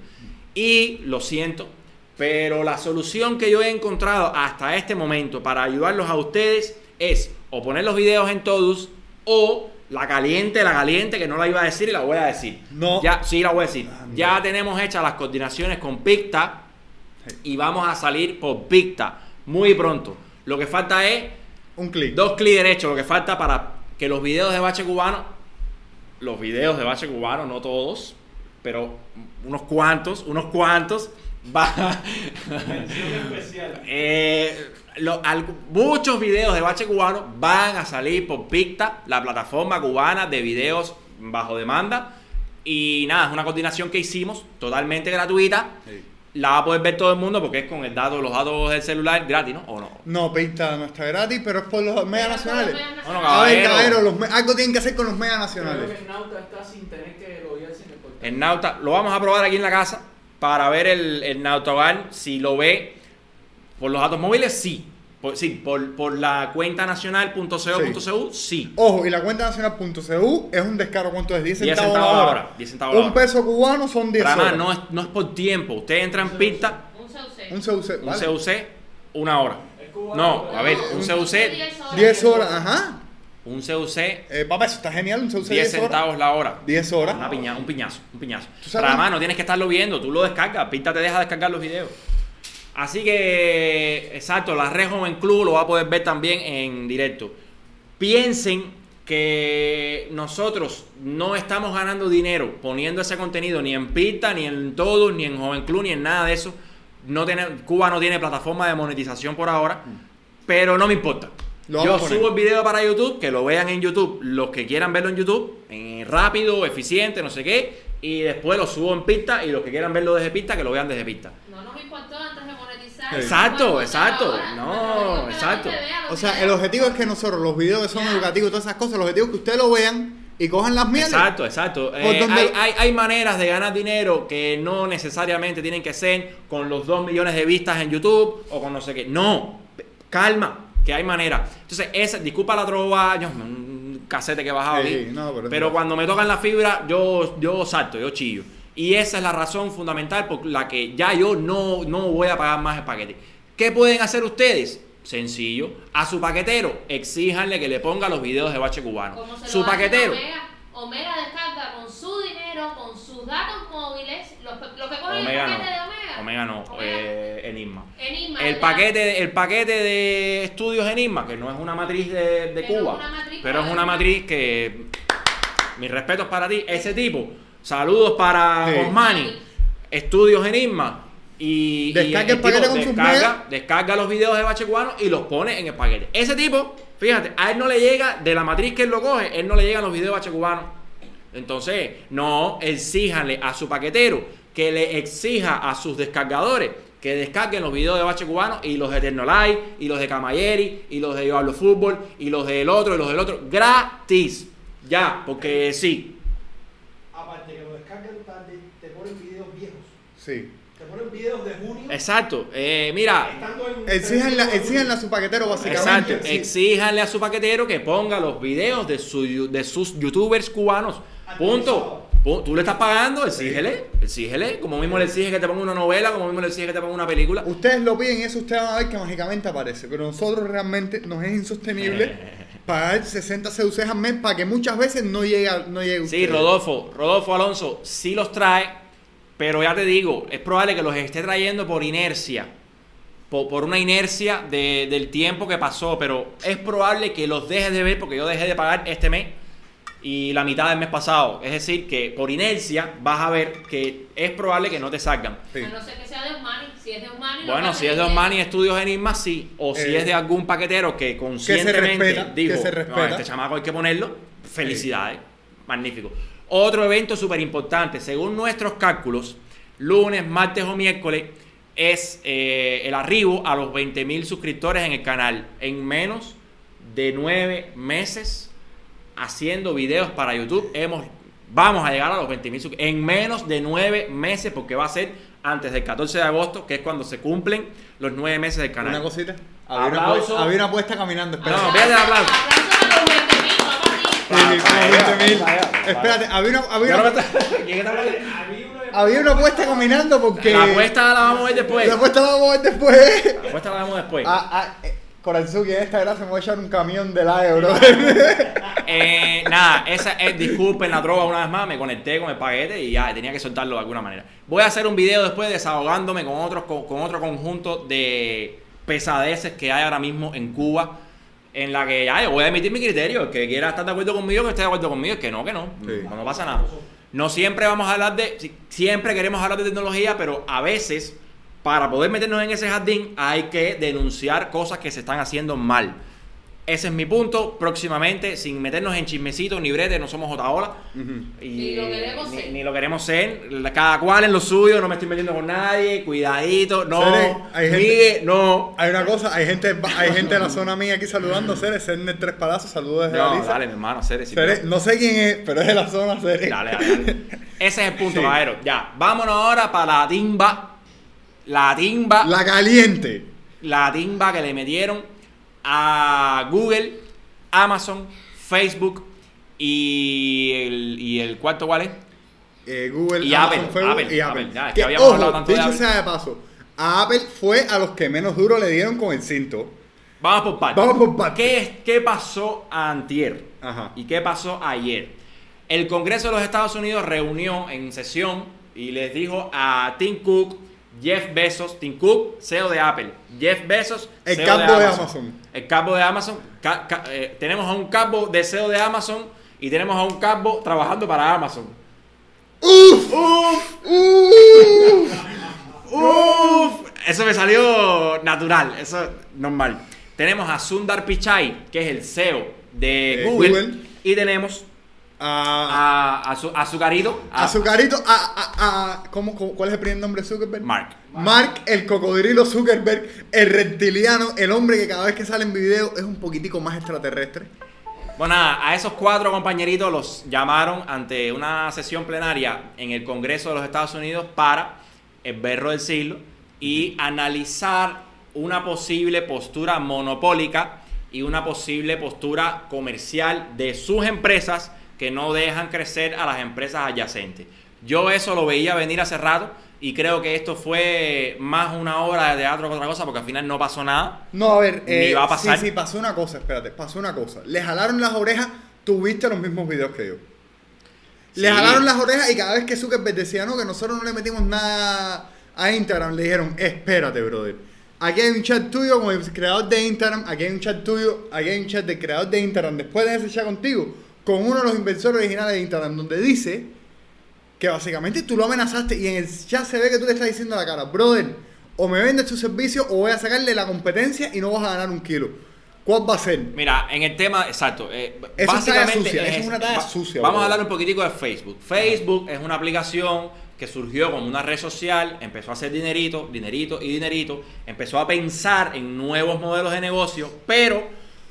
Y lo siento, pero la solución que yo he encontrado hasta este momento para ayudarlos a ustedes es o poner los videos en todos o la caliente, la caliente, que no la iba a decir y la voy a decir. No. Ya, sí, la voy a decir. Ah, Ya tenemos hechas las coordinaciones con Picta y vamos a salir por Picta muy pronto. Lo que falta es Un clic. dos clics derechos, lo que falta para que los videos de Bache Cubano, los videos de Bache Cubano, no todos, pero unos cuantos, unos cuantos, va, Mención especial. eh, Lo, al, muchos videos de bache cubano van a salir por Picta, la plataforma cubana de videos bajo demanda. Y nada, es una coordinación que hicimos totalmente gratuita. Sí. La va a poder ver todo el mundo porque es con el dato, los datos del celular gratis, ¿no? ¿O no? No, Picta no está gratis, pero es por los megas nacionales. Bueno, a ver, caballero, los me algo tienen que hacer con los megas nacionales. Creo que el Nauta está sin tener que loguearse en el portal. El Nauta, lo vamos a probar aquí en la casa para ver el, el Nauta Hogar, si lo ve por los datos móviles, sí. Por, sí, por, por la cuenta nacional punto co punto cu, sí. Ojo, y la cuenta nacional punto cu es un descaro, ¿cuánto es? diez centavos, centavos la hora. hora. diez centavos la un hora. peso cubano son diez Pero horas. además, no es, no es por tiempo. Usted entra en Picta. Un C U C. Un C U C, Un vale. C U C, una hora. No, a ver, un C U C, diez horas, ajá. un C U C, Eh, papá, eso está genial, un C U C diez diez horas. centavos la hora. diez horas. Una piña, un piñazo, un piñazo. ¿Tú sabes? Pero además no tienes que estarlo viendo, tú lo descargas. Picta te deja descargar los videos. Así que, exacto, la Red Joven Club lo va a poder ver también en directo. Piensen que nosotros no estamos ganando dinero poniendo ese contenido ni en Picta, ni en Todos, ni en Joven Club, ni en nada de eso. No tiene, Cuba no tiene plataforma de monetización por ahora, pero no me importa. Lo Yo vamos a poner. subo el video para YouTube, que lo vean en YouTube, los que quieran verlo en YouTube, eh, rápido, eficiente, no sé qué, y después lo subo en Picta, y los que quieran verlo desde Picta, que lo vean desde Picta. No nos importó antes de monetizar. Exacto, exacto. No, exacto. O sea, el objetivo es que nosotros, los videos que son educativos y todas esas cosas, el objetivo es que ustedes lo vean y cojan las mieles. Exacto, exacto. Eh, Por donde- hay, hay, hay maneras de ganar dinero que no necesariamente tienen que ser con los dos millones de vistas en YouTube o con no sé qué. No, calma, que hay manera. Entonces, esa, disculpa la trova, yo, un casete que he bajado Sí, aquí, no, pero- pero cuando me tocan la fibra, yo, yo salto, yo chillo. Y esa es la razón fundamental por la que ya yo no, no voy a pagar más el paquete. ¿Qué pueden hacer ustedes? Sencillo, a su paquetero exíjanle que le ponga los videos de bache cubano. Como se lo Su hace paquetero. Omega, Omega descarga con su dinero, con sus datos móviles, los, lo que coge el Omega paquete no. de Omega. Omega no, Omega. eh, Enigma. Enigma, El ya. paquete, el paquete de estudios Enigma, que no es una matriz de, de Pero Cuba, es una matriz pero es para una Enigma. matriz que, mis respetos para ti, ese tipo, saludos para Sí. Osmani, estudios Enigma, y, Descarga y el paquete tipo con sus descarga, megas. descarga los videos de bache cubano y los pone en el paquete. Ese tipo, fíjate, a él no le llega, de la matriz que él lo coge, él no le llegan los videos de bache cubano. Entonces, no, exíjanle a su paquetero que le exija a sus descargadores que descarguen los videos de bache cubano y los de Eternolite, y los de Camayeri, y los de Yo Hablo Fútbol, y los del otro, y los del otro, gratis. Ya, porque sí. Aparte que lo descargan tarde, te ponen videos viejos. Sí. Te ponen videos de junio. Exacto. Eh, mira, Estando en Exíjanle, exíjanle a su paquetero, básicamente. exacto. Sí. Exíjanle a su paquetero que ponga los videos de, su, de sus youtubers cubanos. Punto. Pu- Tú le estás pagando, exígele, exígele. Como mismo le exige que te ponga una novela, como mismo le exige que te ponga una película. Ustedes lo piden y eso ustedes van a ver que mágicamente aparece. Pero nosotros realmente nos es insostenible pagar sesenta C U Cs al mes para que muchas veces no llegue, a- no llegue Sí, ustedes. Rodolfo, Rodolfo Alonso sí los trae, pero ya te digo, es probable que los esté trayendo por inercia, por, por una inercia de- del tiempo que pasó, pero es probable que los dejes de ver porque yo dejé de pagar este mes y la mitad del mes pasado. Es decir, que por inercia vas a ver que es probable que no te salgan. Sí. A no ser que sea de Osmani. Si es de Osmani, Bueno, no si es de Osmani Estudios Enigma, sí. O si Eh, es de algún paquetero que conscientemente respeta, dijo, que se "No, respeta". este chamaco hay que ponerlo, felicidades. Magnífico. Otro evento súper importante, según nuestros cálculos, lunes, martes o miércoles, es eh, el arribo a los veinte mil suscriptores en el canal en menos de nueve meses haciendo videos para YouTube. Hemos, vamos a llegar a los veinte mil suscriptores en menos de nueve meses, porque va a ser antes del catorce de agosto, que es cuando se cumplen los nueve meses del canal. Una cosita. Había una, Aplauso. pu- había una apuesta caminando. Espérate. No, véate el aplauso. Aplauso para los veinte mil, vamos a Sí, Para- sí, para como allá, veinte mil. para allá, para Espérate, había una, había Ya no me una, está- ¿Quién está hablando? Había uno de- había una apuesta caminando porque. La apuesta la vamos a ver después. La apuesta la vamos a ver después. La apuesta la vemos después. Ah, ah, eh, Coranzuki, en esta gracia me voy a echar un camión de la euro. Eh, nada, esa es, disculpen la droga una vez más, me conecté con el paquete y ya tenía que soltarlo de alguna manera. Voy a hacer un video después desahogándome con, otros, con, con otro conjunto de pesadeces que hay ahora mismo en Cuba, en la que ya yo voy a emitir mi criterio. El que quiera estar de acuerdo conmigo, que esté de acuerdo conmigo, el que no, que no. Sí. No, no pasa nada. No siempre vamos a hablar de, si- siempre queremos hablar de tecnología, pero a veces para poder meternos en ese jardín hay que denunciar cosas que se están haciendo mal. Ese es mi punto. Próximamente, sin meternos en chismecitos ni bretes, no somos Otaola. Ujú. Y Ni lo queremos ni, ser. ni lo queremos ser. Cada cual en lo suyo, no me estoy metiendo con nadie. Cuidadito, no. Sere, hay gente- Miguel, no. Hay una cosa, hay gente, hay gente de la zona mía aquí saludando, Cere, Cerner Tres Palazos, saludos desde No, Galicia. dale, mi hermano, Cere, si Cere, no. no sé quién es, pero es de la zona, Cere. Dale, dale, dale. Ese es el punto, Sí. caballero. Ya, vámonos ahora para la timba. La timba. La caliente. La timba que le metieron a Google, Amazon, Facebook y el, y el cuarto, ¿cuál es? Eh, Google, Y Amazon, Apple, Facebook Apple, y Apple. Apple, ya, es que Que, habíamos ojo, hablado tanto de dicho Apple. sea de paso, a Apple fue a los que menos duro le dieron con el cinto. Vamos por partes. Vamos por partes. ¿Qué, es- ¿Qué pasó antier? Ajá. ¿Y qué pasó ayer? El Congreso de los Estados Unidos reunió en sesión y les dijo a Tim Cook, Jeff Bezos, Tim Cook, C E O de Apple, Jeff Bezos, El C E O capo de Amazon. Amazon. El capo de Amazon. ca- ca- eh, tenemos a un capo de C E O de Amazon y tenemos a un capo trabajando para Amazon. ¡Uf! ¡Uf! ¡Uf! ¡Uf! Eso me salió natural, eso es normal. Tenemos a Sundar Pichai, que es el C E O de Eh, Google, Google. y tenemos A, a, a, su, a su querido, a Azucarito, a, a, a ¿cómo, cómo- ¿cuál es el primer nombre de Zuckerberg? Mark. Mark, el cocodrilo Zuckerberg, el reptiliano, el hombre que cada vez que sale en video es un poquitico más extraterrestre. Bueno, nada, a esos cuatro compañeritos los llamaron ante una sesión plenaria en el Congreso de los Estados Unidos para el berro del siglo y analizar una posible postura monopólica y una posible postura comercial de sus empresas que no dejan crecer a las empresas adyacentes. Yo eso lo veía venir hace rato y creo que esto fue más una obra de teatro que otra cosa porque al final no pasó nada. No, a ver, Ni eh, va a pasar. sí, sí, pasó una cosa, espérate, pasó una cosa. Le jalaron las orejas, tuviste los mismos videos que yo. Le Sí. jalaron las orejas y cada vez que Zuckerberg decía, no, que nosotros no le metimos nada a Instagram, le dijeron, espérate, brother. Aquí hay un chat tuyo con el creador de Instagram, aquí hay un chat tuyo, aquí hay un chat del creador de Instagram, después de ese chat contigo, con uno de los inversores originales de Instagram, donde dice que básicamente tú lo amenazaste y en el chat se ve que tú le estás diciendo a la cara, brother, o me vendes tu servicio o voy a sacarle la competencia y no vas a ganar un kilo. ¿Cuál va a ser? Mira, en el tema, exacto. Eh, Eso es básicamente talla sucia, es eso es eso. una talla Va- sucia, Vamos bro. a hablar un poquitico de Facebook. Facebook es una aplicación que surgió como una red social, empezó a hacer dinerito, dinerito y dinerito, empezó a pensar en nuevos modelos de negocio, pero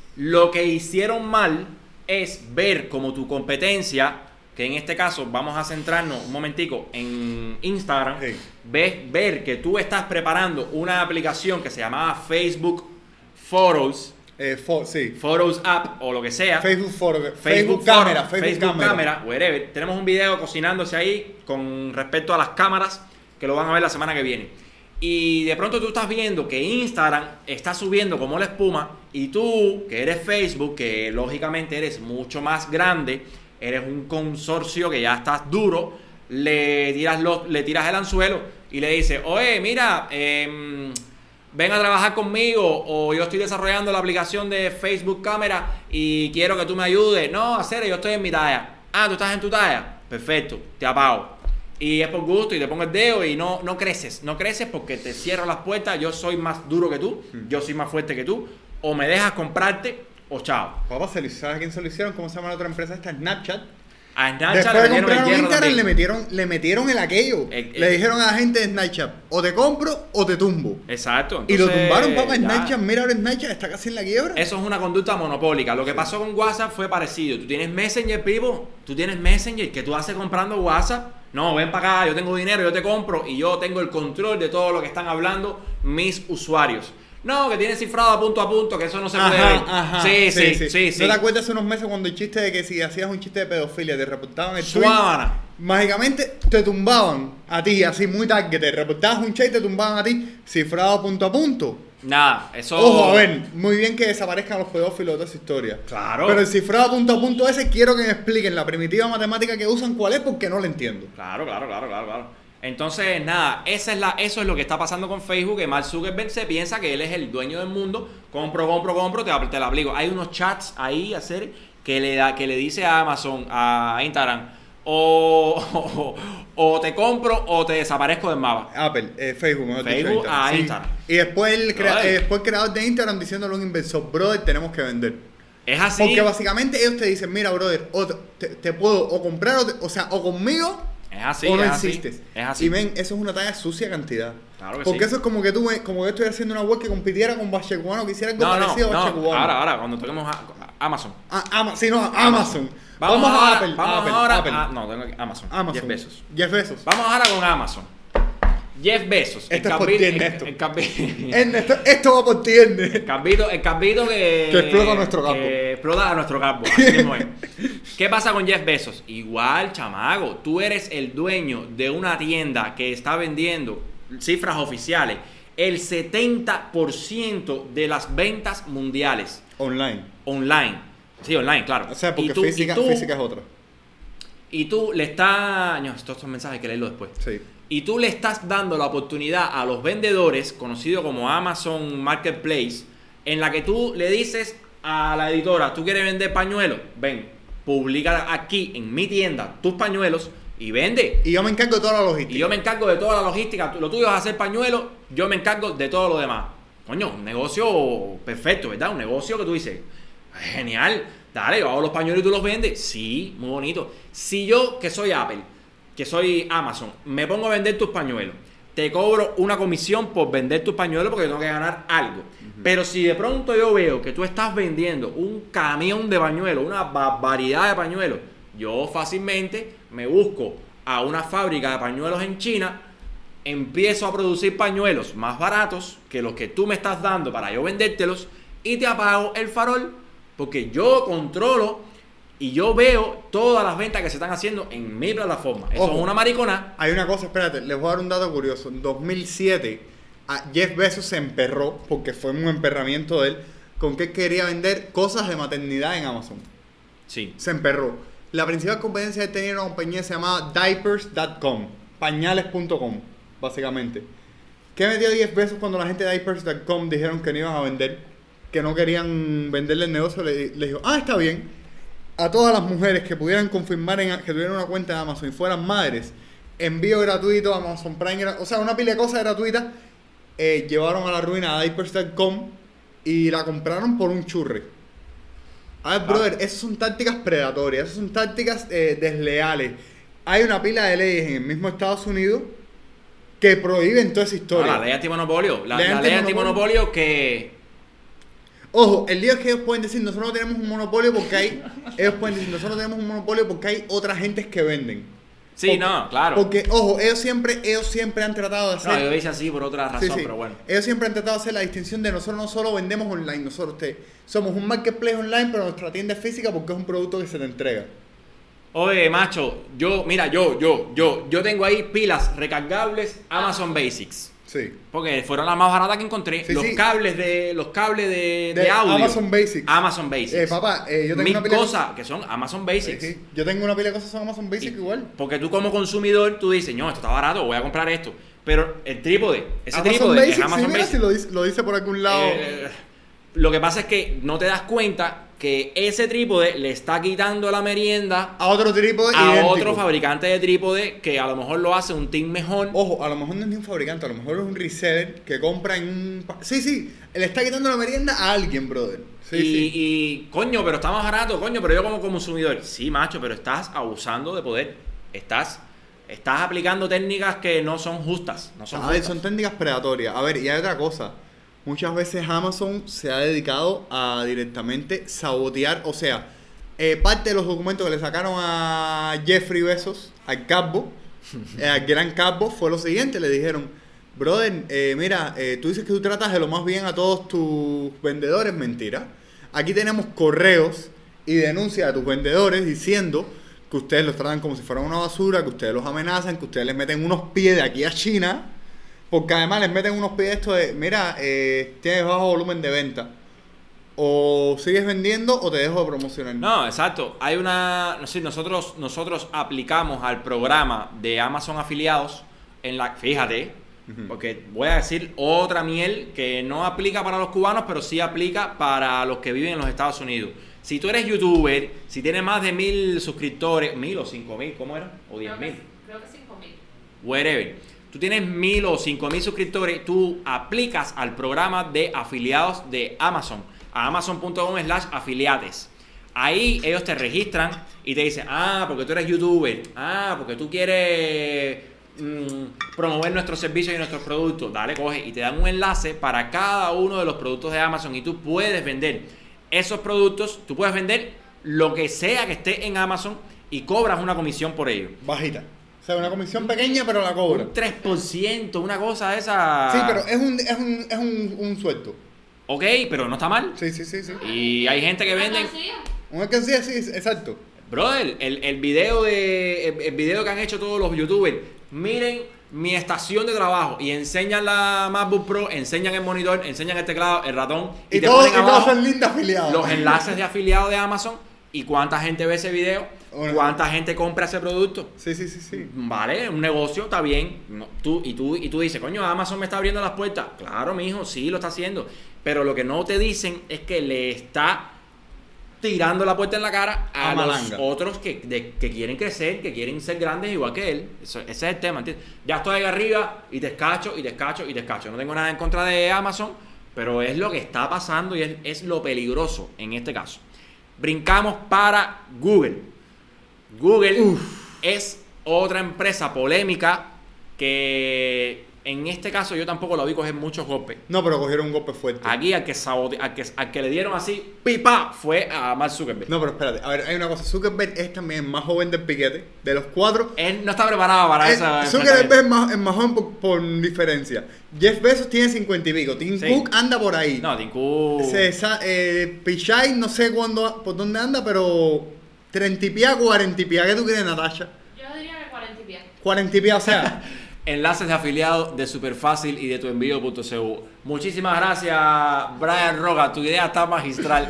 lo que hicieron mal es ver como tu competencia, que en este caso vamos a centrarnos un momentico en Instagram, Sí. ves, ver que tú estás preparando una aplicación que se llamaba Facebook Photos, Eh, fo- sí. Photos App o lo que sea. Facebook Photo, Facebook, Facebook Cámara, Photo, Facebook, Cámara. wherever. Tenemos un video cocinándose ahí con respecto a las cámaras que lo van a ver la semana que viene. Y de pronto tú estás viendo que Instagram está subiendo como la espuma y tú, que eres Facebook, que lógicamente eres mucho más grande, eres un consorcio que ya estás duro, le tiras, los, le tiras el anzuelo y le dices, oye, mira, eh, ven a trabajar conmigo o yo estoy desarrollando la aplicación de Facebook Cámara y quiero que tú me ayudes. No, hacer, yo estoy en mi talla. Ah, tú estás en tu talla. Perfecto, te apago. Y es por gusto y te pongo el dedo y no, no creces. No creces porque te cierro las puertas. Yo soy más duro que tú, yo soy más fuerte que tú. O me dejas comprarte o chao. Papá, ¿se lo- ¿sabes a quién se lo hicieron? ¿Cómo se llama la otra empresa esta? Snapchat. A Snapchat Después le de metieron el comprar hierro Instagram, también. le metieron, le metieron el aquello. Eh, eh. le dijeron a la gente de Snapchat, o te compro o te tumbo. Exacto. y lo entonces, tumbaron, papá, ya. Snapchat. Mira ahora Snapchat, está casi en la quiebra. Eso es una conducta monopólica. Lo que pasó con WhatsApp fue parecido. Tú tienes Messenger, Pipo. Tú tienes Messenger. ¿Qué tú haces comprando WhatsApp? No, ven para acá. Yo tengo dinero, yo te compro. Y yo tengo el control de todo lo que están hablando mis usuarios. No, que tienes cifrado a punto a punto, que eso no se puede ver. Ajá, ajá. Sí, sí, sí, sí. ¿No te acuerdas hace unos meses cuando el chiste de que si hacías un chiste de pedofilia te reportaban el tweet? Suábana. Mágicamente te tumbaban a ti, así muy target. Te reportabas un chiste y te tumbaban a ti, cifrado punto a punto. Nada, eso... Ojo, a ver, muy bien que desaparezcan los pedófilos de toda esa historia. Claro. Pero el cifrado punto a punto ese quiero que me expliquen la primitiva matemática que usan cuál es porque no la entiendo. Claro, claro, claro, claro, claro. Entonces, nada, esa es la, eso es lo que está pasando con Facebook, que Mark Zuckerberg se piensa que él es el dueño del mundo, compro, compro, compro, te, te la aplico. Hay unos chats ahí a hacer que le da, que le dice a Amazon, a Instagram, o, o, o te compro o te desaparezco del mapa. Apple, eh, Facebook, mejor dicho, Facebook Instagram. a Sí. Instagram. Y después el, crea- Brother. eh, después el creador de Instagram diciéndole a un inversor, brother, tenemos que vender. Es así. Porque básicamente ellos te dicen, mira, brother, o te, te puedo o comprar, o, te- o sea, o conmigo, Es así, o no es así. existes. Es así. Y ven, eso es una talla sucia cantidad. Claro que Porque sí. eso es como que tú, me- como que estoy haciendo una web que compitiera con Bache Cubano, que hiciera algo No, no, parecido a Bache no. Cubano. Ahora, ahora, cuando toquemos a, a Amazon. Ah, Ama- sí, no, a Amazon. Vamos, Vamos, ahora, a Apple. vamos Apple, ahora Apple. a- no, tengo aquí Amazon. Amazon. Jeff Bezos. Jeff Bezos. Vamos ahora con Amazon. Jeff Bezos. Esto es por capi- ti, el- Ernesto. el capi- Ernesto, esto va por ti, Ernesto. El campito, el campito que... Que explota nuestro campo. Que explota a nuestro campo, así mismo es. ¿Qué pasa con Jeff Bezos? Igual, chamago, tú eres el dueño de una tienda que está vendiendo, cifras oficiales, el setenta por ciento de las ventas mundiales Online. online. Sí, online, claro. O sea, porque Y tú- física, y tú- física es otra. Y tú le estás... No, estos son mensajes hay que leerlo después. Sí. Y tú le estás dando la oportunidad a los vendedores, conocido como Amazon Marketplace, en la que tú le dices a la editora, ¿tú quieres vender pañuelos? Ven, publica aquí en mi tienda tus pañuelos y vende. Y yo me encargo de toda la logística. Y yo me encargo de toda la logística. Lo tuyo es hacer pañuelos, yo me encargo de todo lo demás. Coño, un negocio perfecto, ¿verdad? Un negocio que tú dices, genial, dale, yo hago los pañuelos y tú los vendes. Sí, muy bonito. Si yo, que soy Apple, que soy Amazon, me pongo a vender tus pañuelos, te cobro una comisión por vender tus pañuelos porque tengo que ganar algo. Uh-huh. Pero si de pronto yo veo que tú estás vendiendo un camión de pañuelos, una barbaridad de pañuelos, yo fácilmente me busco a una fábrica de pañuelos en China, empiezo a producir pañuelos más baratos que los que tú me estás dando para yo vendértelos y te apago el farol porque yo controlo y yo veo todas las ventas que se están haciendo en mi plataforma. Eso Ojo, es una maricona. Hay una cosa, espérate, les voy a dar un dato curioso. En dos mil siete, a Jeff Bezos se emperró, porque fue un emperramiento de él, con que quería vender cosas de maternidad en Amazon. Sí. Se emperró. La principal competencia de él tenía una compañía que se llamaba diapers punto com, pañales punto com, básicamente. ¿Qué metió Jeff Bezos cuando la gente de diapers punto com dijeron que no iban a vender? Que no querían venderle el negocio. Le, le dijo, ah, está bien. A todas las mujeres que pudieran confirmar en, que tuvieran una cuenta de Amazon y fueran madres, envío gratuito, Amazon Prime, o sea, una pila de cosas gratuitas, eh, llevaron a la ruina a diapers punto com y la compraron por un churre. A ver, brother, esas son tácticas predatorias, esas son tácticas eh, desleales. Hay una pila de leyes en el mismo Estados Unidos que prohíben toda esa historia. No, la ley antimonopolio. La, Ley la ley antimonopolio. antimonopolio que... Ojo, el día es que ellos pueden decir, nosotros no tenemos un monopolio porque hay... ellos pueden decir, nosotros no tenemos un monopolio porque hay otras gentes que venden. Sí, Porque- no, claro. Porque, ojo, ellos siempre, ellos siempre han tratado de hacer... No, yo lo hice así por otra razón, Sí, sí. pero bueno. Ellos siempre han tratado de hacer la distinción de nosotros no solo vendemos online, nosotros te, somos un marketplace online, pero nuestra tienda es física porque es un producto que se te entrega. Oye, macho, yo, mira, yo, yo, yo, yo tengo ahí pilas recargables Amazon Basics. Sí. Porque fueron las más baratas que encontré. Sí, los sí. cables de los cables de, de De audio. Amazon Basics. Amazon Basics. Eh, papá, eh, yo tengo Mil una pila de cosas que son Amazon Basics. Sí, sí. Yo tengo una pila de cosas que son Amazon Basics Y- igual. Porque tú como consumidor, tú dices, no, esto está barato, voy a comprar esto. Pero el trípode, ese Amazon trípode Basics, es Amazon sí, mira, Basics. si lo dice, lo dice por algún lado. Eh, lo que pasa es que no te das cuenta que ese trípode le está quitando la merienda a otro trípode a idéntico. otro fabricante de trípode que a lo mejor lo hace un team mejor. Ojo, a lo mejor no es ni un fabricante, a lo mejor es un reseller que compra en un... pa- Sí, sí, le está quitando la merienda a alguien, brother. Sí, y, sí. y, coño, pero está más barato, coño, pero yo como consumidor, sí, macho, pero estás abusando de poder. Estás, estás aplicando técnicas que no son justas. No son A ver, justas. son técnicas predatorias. A ver, y hay otra cosa. Muchas veces Amazon se ha dedicado a directamente sabotear, o sea, eh, parte de los documentos que le sacaron a Jeffrey Bezos, al Cabbo, eh, al gran Cabbo, fue lo siguiente, le dijeron, brother, eh, mira, eh, tú dices que tú tratas de lo más bien a todos tus vendedores, mentira. Aquí tenemos correos y denuncias de tus vendedores diciendo que ustedes los tratan como si fueran una basura, que ustedes los amenazan, que ustedes les meten unos pies de aquí a China. Porque además les meten unos pies esto de, mira, eh, tienes bajo volumen de venta. O sigues vendiendo o te dejo de promocionar. No, exacto. Hay una. No sé, nosotros, nosotros aplicamos al programa de Amazon afiliados en la. Fíjate, Ujú. Porque voy a decir otra miel que no aplica para los cubanos, pero sí aplica para los que viven en los Estados Unidos. Si tú eres youtuber, si tienes más de mil suscriptores, mil o cinco mil, ¿cómo era? O diez Creo que, mil. creo que cinco mil. Whatever. Tú tienes mil o cinco mil suscriptores, tú aplicas al programa de afiliados de Amazon, a amazon punto com slash afiliates. Ahí ellos te registran y te dicen, ah, porque tú eres youtuber, ah, porque tú quieres mmm, promover nuestros servicios y nuestros productos. Dale, coge y te dan un enlace para cada uno de los productos de Amazon y tú puedes vender esos productos, tú puedes vender lo que sea que esté en Amazon y cobras una comisión por ello. Bajita. O sea, una comisión pequeña, pero la cobra. Un tres por ciento, una cosa de esa. Sí, pero es un, es un, es un, un sueldo. Ok, pero no está mal. Sí, sí, sí, sí. Y hay gente que vende. Un alcancía, sí, exacto. Brother, el, el video de el, el video que han hecho todos los youtubers. Miren mi estación de trabajo y enseñan la MacBook Pro, enseñan el monitor, enseñan el teclado, el ratón y, Y, te todos, ponen y todos abajo son lindos afiliados. los enlaces de afiliados de Amazon y cuánta gente ve ese video, Bueno. cuánta gente compra ese producto. Sí, sí, sí, sí. Vale, un negocio está bien. No, tú, y, tú, y tú dices, coño, Amazon me está abriendo las puertas. Claro, mijo, sí lo está haciendo. Pero lo que no te dicen es que le está tirando la puerta en la cara a, A los Malanga. otros que, de- que quieren crecer, que quieren ser grandes igual que él. Eso- ese es el tema, ¿entiendes? Ya estoy ahí arriba y te escacho y te escacho y te escacho. No tengo nada en contra de Amazon, pero es lo que está pasando y es, es lo peligroso en este caso. Brincamos para Google. Google es otra empresa polémica que en este caso yo tampoco la vi coger muchos golpes. No, pero cogieron un golpe fuerte. Aquí al que, sabote, al que, al que le dieron así, pipa, fue a Mark Zuckerberg. No, pero espérate. A ver, hay una cosa. Zuckerberg es también el más joven del piquete. De los cuatro. Él no está preparado para Eh, esa. Zuckerberg es más, es más joven por, por diferencia. Jeff Bezos tiene cincuenta y pico. Tim Sí. Cook anda por ahí. No, Tinku. Se sa- eh, Pichai no sé cuándo, por dónde anda, pero treinta y pia, cuarenta y pia. ¿Qué tú crees, Natasha? Yo diría que cuarenta y pies. cuarenta y pia, o sea. Enlaces de afiliados de Superfácil y de tuenvío punto c u. Muchísimas gracias, Brian Roga. Tu idea está magistral.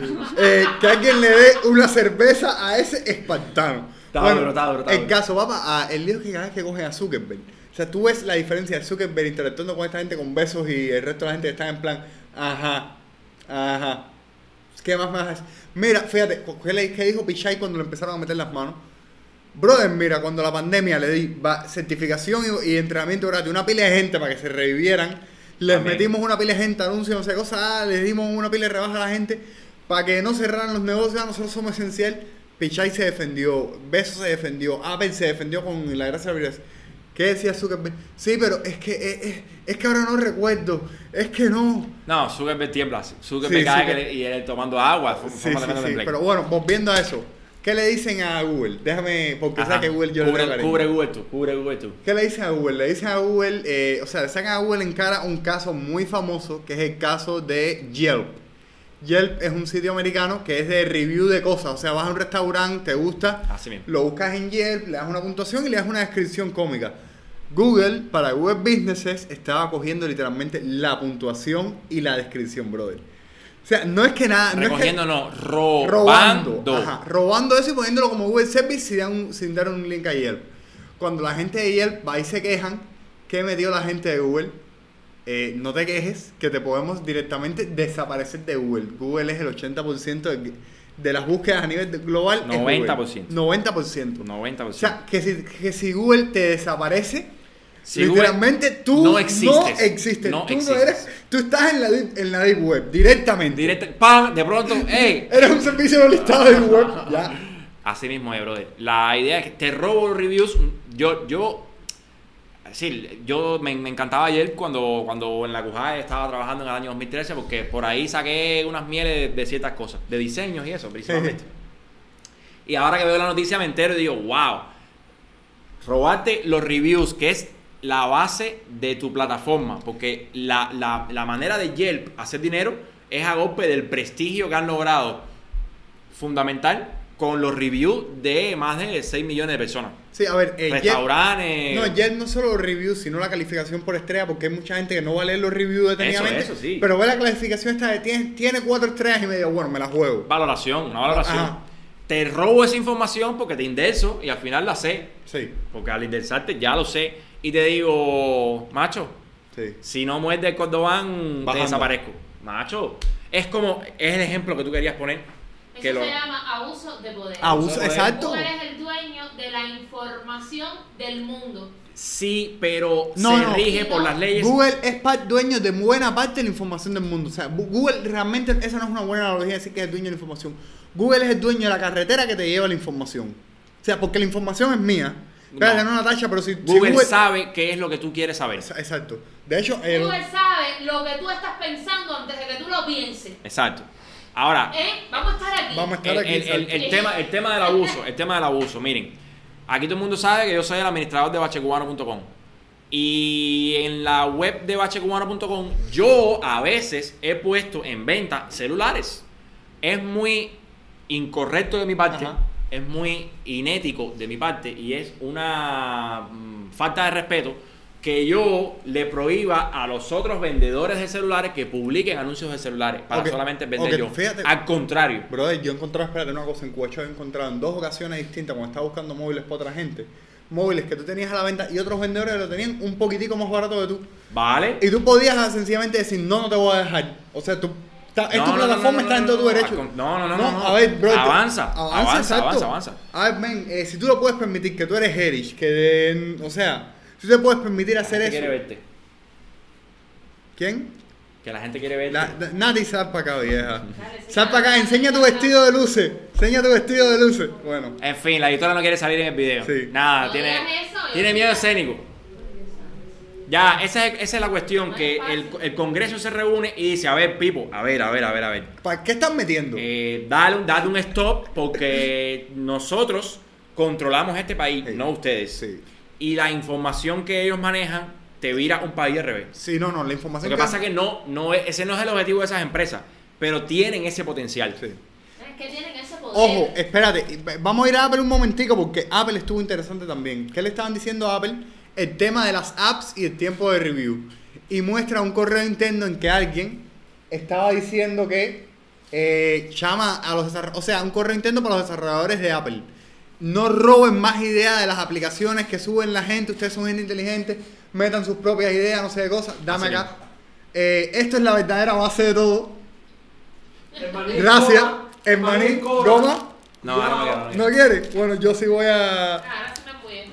eh, que alguien le dé una cerveza a ese espartano. Está duro, está duro, está el duro. caso, papá, a- el lío es que cada vez que cogen a Zuckerberg. O sea, tú ves la diferencia de Zuckerberg interactuando con esta gente con besos y el resto de la gente que está en plan, ajá, ajá. ¿Qué más me vas a decir? Mira, fíjate, ¿qué, le- qué dijo Pichai cuando le empezaron a meter las manos? Brother, mira, cuando la pandemia le di va, certificación y, y entrenamiento gratis, una pila de gente para que se revivieran, les Amén. metimos una pila de gente, anuncios, no sé cosas, ah, les dimos una pila de rebaja a la gente para que no cerraran los negocios, ah, nosotros somos esencial. Pichai se defendió, Bezos se defendió, Apple se defendió con la gracia de la vida. ¿Qué decía Zuckerberg? Sí, pero es que es, es, es que ahora no recuerdo, es que no. No, Zuckerberg tiembla. Zuckerberg Sí, cae Zucker- que le- y él tomando agua. Fue, Sí, fue sí, más o menos sí, de play. pero bueno, volviendo a eso, ¿qué le dicen a Google? Déjame, porque Ajá. sabes que Google yo le cubre, tengo cariño. cubre Google tú, cubre Google tú. ¿Qué le dicen a Google? Le dicen a Google, eh, o sea, le sacan a Google en cara un caso muy famoso, que es el caso de Yelp. Yelp es un sitio americano que es de review de cosas, o sea, vas a un restaurante, te gusta, Así mismo. lo buscas en Yelp, le das una puntuación y le das una descripción cómica. Google, para Google Businesses, estaba cogiendo literalmente la puntuación y la descripción, brother. O sea, no es que nada... No es que- Recogiendo, no, robando. robando, ajá, robando eso y poniéndolo como Google Service sin dar un, sin dar un link a Yelp. Cuando la gente de Yelp va y se quejan, ¿qué metió la gente de Google? Eh, no te quejes, que te podemos directamente desaparecer de Google. Google es el ochenta por ciento de, de las búsquedas a nivel de- global. es Google. noventa por ciento. noventa por ciento. noventa por O ciento. sea, que si, que si Google te desaparece, Si literalmente Google tú no existes. no existes. No tú, existes. No eres, tú estás en la, deep- en la Deep Web, directamente. Directo, ¡pam! De pronto, ¡ey! Eres un servicio no listado de Deep Web. Ya. Así mismo es, brother. La idea es que te robo los reviews. Yo, yo, sí, yo me, me encantaba ayer cuando, cuando en la Cujay estaba trabajando en el año dos mil trece, porque por ahí saqué unas mieles de, de ciertas cosas, de diseños y eso, principalmente. Y ahora que veo la noticia me entero y digo, wow, robarte los reviews, que es la base de tu plataforma, porque la, la, la manera de Yelp hacer dinero es a golpe del prestigio que han logrado fundamental con los reviews de más de seis millones de personas. Sí, a ver, eh, Yelp- Restaurantes. No, Yelp no solo los reviews, sino la calificación por estrella, porque hay mucha gente que no va a leer los reviews detenidamente. Eso, eso, sí. Pero ve la clasificación esta de tiene, tiene cuatro estrellas y medio, bueno, me la juego. Valoración, una valoración. Ajá. Te robo esa información porque te indexo y al final la sé. Sí. Porque al indexarte ya lo sé. y te digo, macho, Sí. si no muerde el cordobán, te Bajando. desaparezco. Macho, es como, es el ejemplo que tú querías poner. Eso Que se lo, llama abuso de poder. Abuso, Poder. exacto. Google es el dueño de la información del mundo. sí, pero No, se no. rige por las leyes. Google es par- dueño de buena parte de la información del mundo. O sea, Bu- Google realmente, esa no es una buena analogía decir que es el dueño de la información. Google es el dueño de la carretera que te lleva la información. O sea, porque la información es mía. Espérate, No. no, Natasha, pero si si Google, sabe qué es lo que tú quieres saber. Exa- Exacto. De hecho, el... Google sabe lo que tú estás pensando antes de que tú lo pienses. Exacto. Ahora, ¿Eh? Vamos a estar aquí. Vamos a estar el, aquí. el- el- exacto. el tema, el tema del abuso, el tema del abuso, miren, aquí todo el mundo sabe que yo soy el administrador de bache cubano punto com y en la web de bache cubano punto com yo a veces he puesto en venta celulares. Es muy incorrecto de mi parte, Ajá. es muy inético de mi parte y es una mm, falta de respeto que yo le prohíba a los otros vendedores de celulares que publiquen anuncios de celulares para Ok, solamente vender ok, yo. fíjate. Al contrario. Brother, yo he encontrado, espérate una cosa, en Cuecho he encontrado en dos ocasiones distintas cuando estaba buscando móviles para otra gente, móviles que tú tenías a la venta y otros vendedores lo tenían un poquitico más barato que tú. Vale. Y tú podías sencillamente decir, no, no te voy a dejar. O sea, tú, ta- es No, tu no, no, plataforma, no, no, está en no, todo tu no, derecho. al con- no, no, no, no, no. A ver, bro. Avanza, avanza, exacto. avanza, avanza. A ver, men, eh, si tú lo puedes permitir, que tú eres Herish, que de, o sea, si tú te puedes permitir hacer La eso. gente quiere verte. ¿Quién? Que la gente quiere verte. La, la- Nati, sal para acá, vieja. Dale, Sal para acá, dale, enseña tu dale. vestido de luces. Enseña tu vestido de luces. Bueno. En fin, la editora no quiere salir en el video. Sí. Nada, No tiene, digas eso, tiene yo- miedo escénico. Ya, esa es, esa es la cuestión, No que es el, fácil. el Congreso se reúne y dice, a ver, Pipo, a ver, a ver, a ver, a ver. ¿Para qué estás metiendo? Eh, dale, un- dale un stop porque nosotros controlamos este país, Sí. no ustedes. Sí. Y la información que ellos manejan te vira un país al revés. Sí, no, no, la Lo información que pasa es que no, no es, ese no es el objetivo de esas empresas, pero tienen ese potencial. Sí. Es que tienen ese poder. Ojo, espérate, vamos a ir a Apple un momentico porque Apple estuvo interesante también. ¿Qué le estaban diciendo a Apple? El tema de las apps y el tiempo de review. Y muestra un correo interno en que alguien estaba diciendo que eh, llama a los desarrolladores, o sea, un correo interno para los desarrolladores de Apple. No roben más ideas de las aplicaciones que suben la gente, ustedes son gente inteligente, metan sus propias ideas, no sé qué cosas, dame Así acá. Eh, esto es la verdadera base de todo. El maní Gracias. cobra, El maní, cobra. goma. No, ahora no quiero, no quiero. ¿No quiere? Bueno, yo sí voy a... Ahora sí me embullé.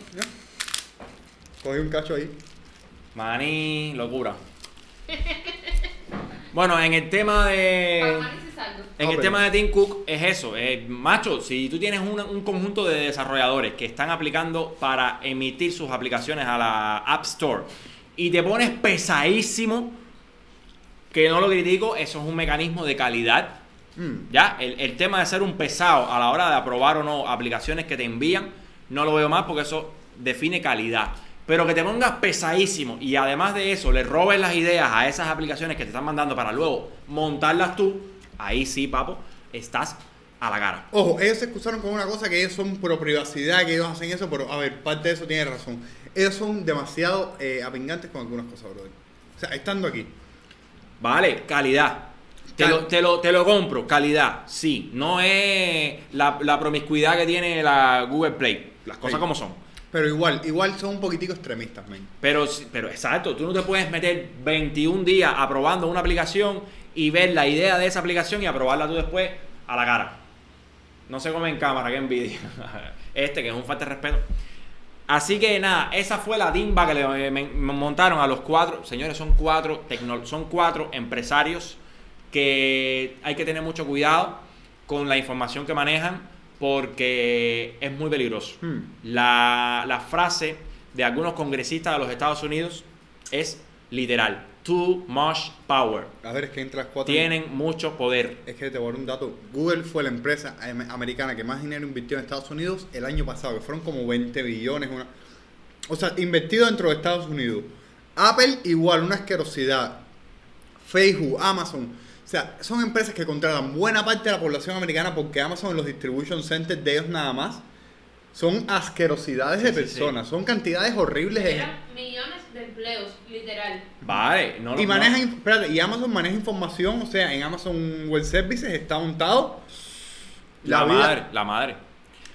Cogí un cacho ahí. Maní, locura. Bueno, en el tema Para de... maní sí salgo. En Ah, el pero- tema de Tim Cook es eso, eh, macho, si tú tienes una- un conjunto de desarrolladores que están aplicando para emitir sus aplicaciones a la App Store y te pones pesadísimo, que no lo critico, eso es un mecanismo de calidad. Mm. Ya, el, el tema de ser un pesado a la hora de aprobar o no aplicaciones que te envían, no lo veo más porque eso define calidad. Pero que te pongas pesadísimo y además de eso le robes las ideas a esas aplicaciones que te están mandando para luego montarlas tú, ahí sí, papo, estás a la cara. Ojo, ellos se excusaron con una cosa que ellos son pro privacidad, que ellos hacen eso, pero a ver, parte de eso tiene razón. Ellos son demasiado eh, apingantes con algunas cosas, brother. O sea, estando aquí. Vale, calidad. Te Cal- lo, te, lo, te lo compro, calidad, sí. No es la, la promiscuidad que tiene la Google Play, las cosas Sí. como son. Pero igual, igual son un poquitico extremistas, men. Pero, sí- pero exacto, tú no te puedes meter veintiún días aprobando una aplicación y ver la idea de esa aplicación y aprobarla tú después a la cara. No se come en cámara, qué envidia. Este, que es un falta de respeto. Así que nada, esa fue la timba que le eh, me- me montaron a los cuatro. Señores, son cuatro, tecno- son cuatro empresarios que hay que tener mucho cuidado con la información que manejan porque es muy peligroso. Hmm. La, la frase de algunos congresistas de los Estados Unidos es literal: too much power. A ver, es que entre las cuatro... Tienen mucho poder. Es que te voy a dar un dato. Google fue la empresa am- americana que más dinero invirtió en Estados Unidos el año pasado, que fueron como veinte billones. Una... O sea, invertido dentro de Estados Unidos. Apple igual, una asquerosidad. Facebook, Amazon. O sea, son empresas que contratan buena parte de la población americana porque Amazon en los distribution centers de ellos nada más son asquerosidades de Sí, sí, personas. Son cantidades horribles de Eran millones de empleos, literal. Vale, no lo Y no- manejan, espérate, y Amazon maneja información, o sea, en Amazon Web Services está montado La, la, vida. madre, la madre.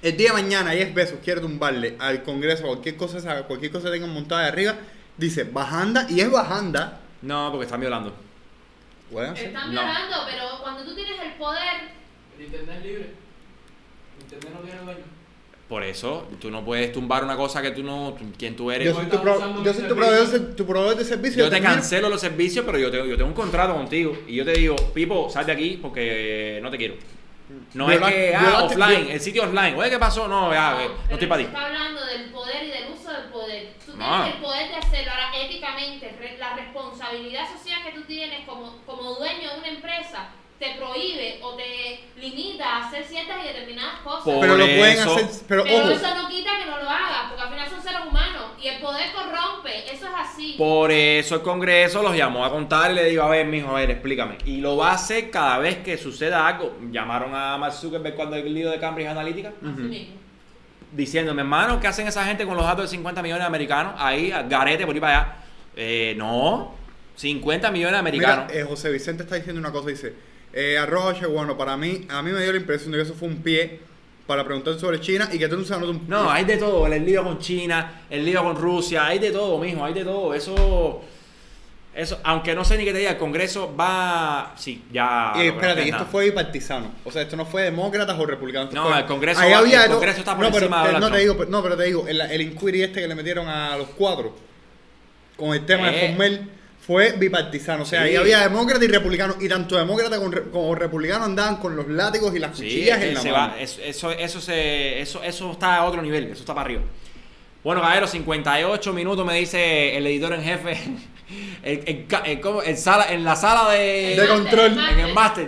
el día de mañana Jeff Bezos quiere tumbarle al Congreso cualquier cosa, esa- cualquier cosa que tengan montada de arriba, dice bajanda y es bajanda. No, porque están violando. Bueno, sí. Están No. violando, pero cuando tú tienes el poder, El internet es libre. El internet no tiene dueño. Por eso, tú no puedes tumbar una cosa que tú no... ¿Quién tú eres? Yo soy tu, pro- yo soy tu proveedor, tu proveedor de servicio. Yo te termino- cancelo los servicios, pero yo, te- yo tengo un contrato contigo. Y yo te digo, Pipo, sal de aquí porque no te quiero. No Viola- es que, ah, violaste- offline, el sitio offline. Oye, ¿qué pasó? No, ya, eh, no pero estoy para ti. se está hablando del poder y del uso del poder. Tú No. tienes el poder de hacerlo. Ahora, éticamente, re- la responsabilidad social que tú tienes como, como dueño de una empresa te prohíbe o te limita a hacer ciertas y determinadas cosas. Por Pero lo pueden eso- hacer, pero, Pero ojo, eso no quita que no lo hagas, porque al final son seres humanos y el poder corrompe, eso es así. Por eso el Congreso los llamó a contar y le digo, a ver, mijo, a ver, explícame. Y lo va a hacer cada vez que suceda algo. Llamaron a Mark Zuckerberg cuando el lío de Cambridge Analytica, Así mismo. diciéndome, hermano, ¿qué hacen esa gente con los datos de cincuenta millones de americanos? Ahí, al garete, por ahí para allá. Eh, no, cincuenta millones de americanos. mira, eh, José Vicente está diciendo una cosa, dice, eh, arroba che, bueno, para mí, a mí me dio la impresión de que eso fue un pie para preguntar sobre China y que tú no sabes un No, hay de todo, el lío con China, el lío con Rusia, hay de todo, mijo, hay de todo. Eso, eso, aunque no sé ni qué te diga, el Congreso va, sí, ya. Y lo que espérate, no y es esto nada. fue bipartisano. O sea, esto no fue demócratas o republicanos. esto No, fue- el Congreso Ahí va- había el de todo. Congreso está por no, pero, encima de te- Donald no te Trump. digo, no, pero te digo, el, el inquiry este que le metieron a los cuatro con el tema de Eh. Formel fue bipartisano. O sea, Sí. ahí había demócratas y republicanos. Y tanto demócratas como, re- como republicanos andaban con los látigos y las Sí, cuchillas es que en la se mano. va, eso, eso, eso, se, eso, eso está a otro nivel, eso está para arriba. Bueno, caballero, cincuenta y ocho minutos me dice el editor en jefe. El, el, ca- el- ¿cómo? El sala, en la sala de, De control. en el máster.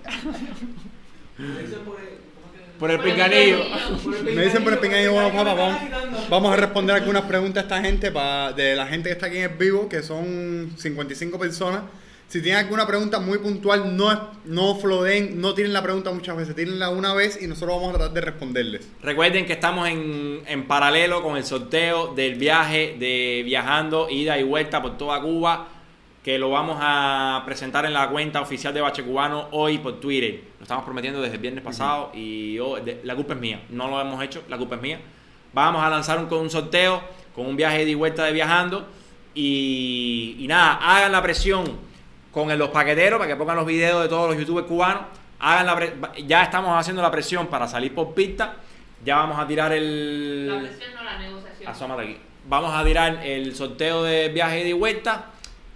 Eso es por el- ¿cómo que? Por el Por el pinganillo. pinganillo. Por el Me dicen por el pinganillo, bueno, pinganillo papá, me vamos, está agitando. vamos a responder algunas preguntas a esta gente, pa- de la gente que está aquí en el vivo, que son cincuenta y cinco personas. Si tienen alguna pregunta muy puntual, no, es- no floden, no tienen la pregunta muchas veces, tírenla una vez y nosotros vamos a tratar de responderles. Recuerden que estamos en, en paralelo con el sorteo del viaje de viajando, ida y vuelta por toda Cuba, que lo vamos a presentar en la cuenta oficial de Bache Cubano hoy por Twitter. Lo estamos prometiendo desde el viernes pasado y hoy- de- la culpa es mía. No lo hemos hecho, la culpa es mía. Vamos a lanzar un, un sorteo con un viaje de ida y vuelta de viajando y, y nada, hagan la presión con el- los paqueteros para que pongan los videos de todos los youtubers cubanos. Hagan la pre- ya estamos haciendo la presión para salir por pista. Ya vamos a tirar el... La presión no la negociación. Asómate aquí. Vamos a tirar el sorteo de viaje ida y vuelta.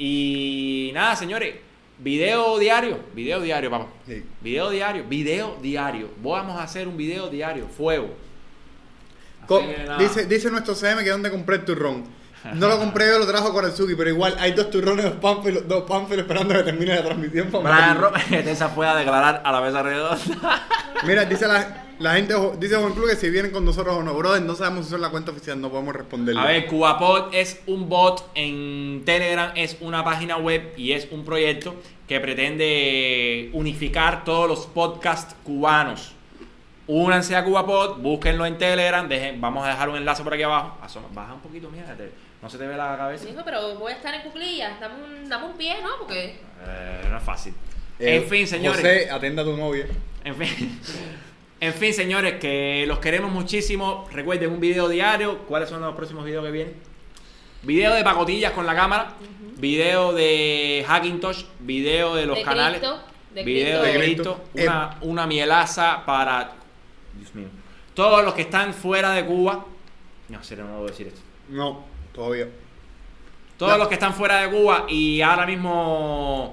Y nada, señores. Video diario. Video diario, papá. Sí. Video diario. Video diario. Vamos a hacer un video diario. Fuego. Co- Así que nada. dice, dice nuestro C M que dónde compré el turrón. No lo compré yo, lo trajo Koratsuki, pero igual hay dos turrones, dos pánfilos, dos pánfilos esperando que termine la transmisión. para Brian morirlo. Ro- Tessa fue a declarar a la mesa redonda. Mira, dice la, la gente, dice Juan Club que si vienen con nosotros o no, brother, no sabemos si son la cuenta oficial, no podemos responderle. A ver, CubaPod es un bot en Telegram, es una página web y es un proyecto que pretende unificar todos los podcasts cubanos. Únanse a CubaPod, búsquenlo en Telegram, dejen, vamos a dejar un enlace por aquí abajo. Asoma, baja un poquito, mira, te- no se te ve la cabeza. Hijo, pero voy a estar en cuclillas. Dame un, dame un pie, ¿no? Porque Eh, no es fácil. Eh, en fin, señores. José, atenda a tu novia. En fin. En fin, señores, que los queremos muchísimo. Recuerden un video diario. ¿Cuáles son los próximos videos que vienen? Video de pacotillas con la cámara. Video de Hackintosh. Video de los de canales. Cristo, de Video Cristo. de De Cristo. Cristo. Una, una mielaza para. Dios mío. Todos los que están fuera de Cuba. No, serio, no debo decir esto. No, todavía. Todos No. los que están fuera de Cuba y ahora mismo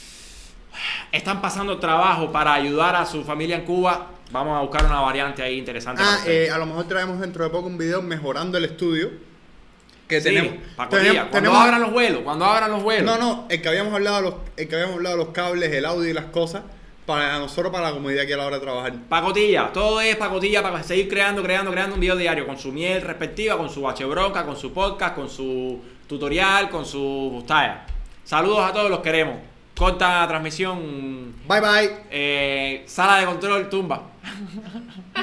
están pasando trabajo para ayudar a su familia en Cuba, vamos a buscar una variante ahí interesante. Ah, para ustedes. eh, a lo mejor traemos dentro de poco un video mejorando el estudio. Que Sí, tenemos. pacotilla. tenemos- Cuando tenemos- abran los vuelos, cuando abran los vuelos. No, no, el que habíamos hablado de los, el que habíamos hablado de los cables, el audio y las cosas, para nosotros, para la comunidad aquí a la hora de trabajar. Pacotilla, todo es pacotilla para seguir creando, creando, creando un video diario con su miel respectiva, con su H bronca, con su podcast, con su tutorial, con su talla. Saludos a todos, los queremos. Corta transmisión, Bye bye. eh, sala de control, tumba.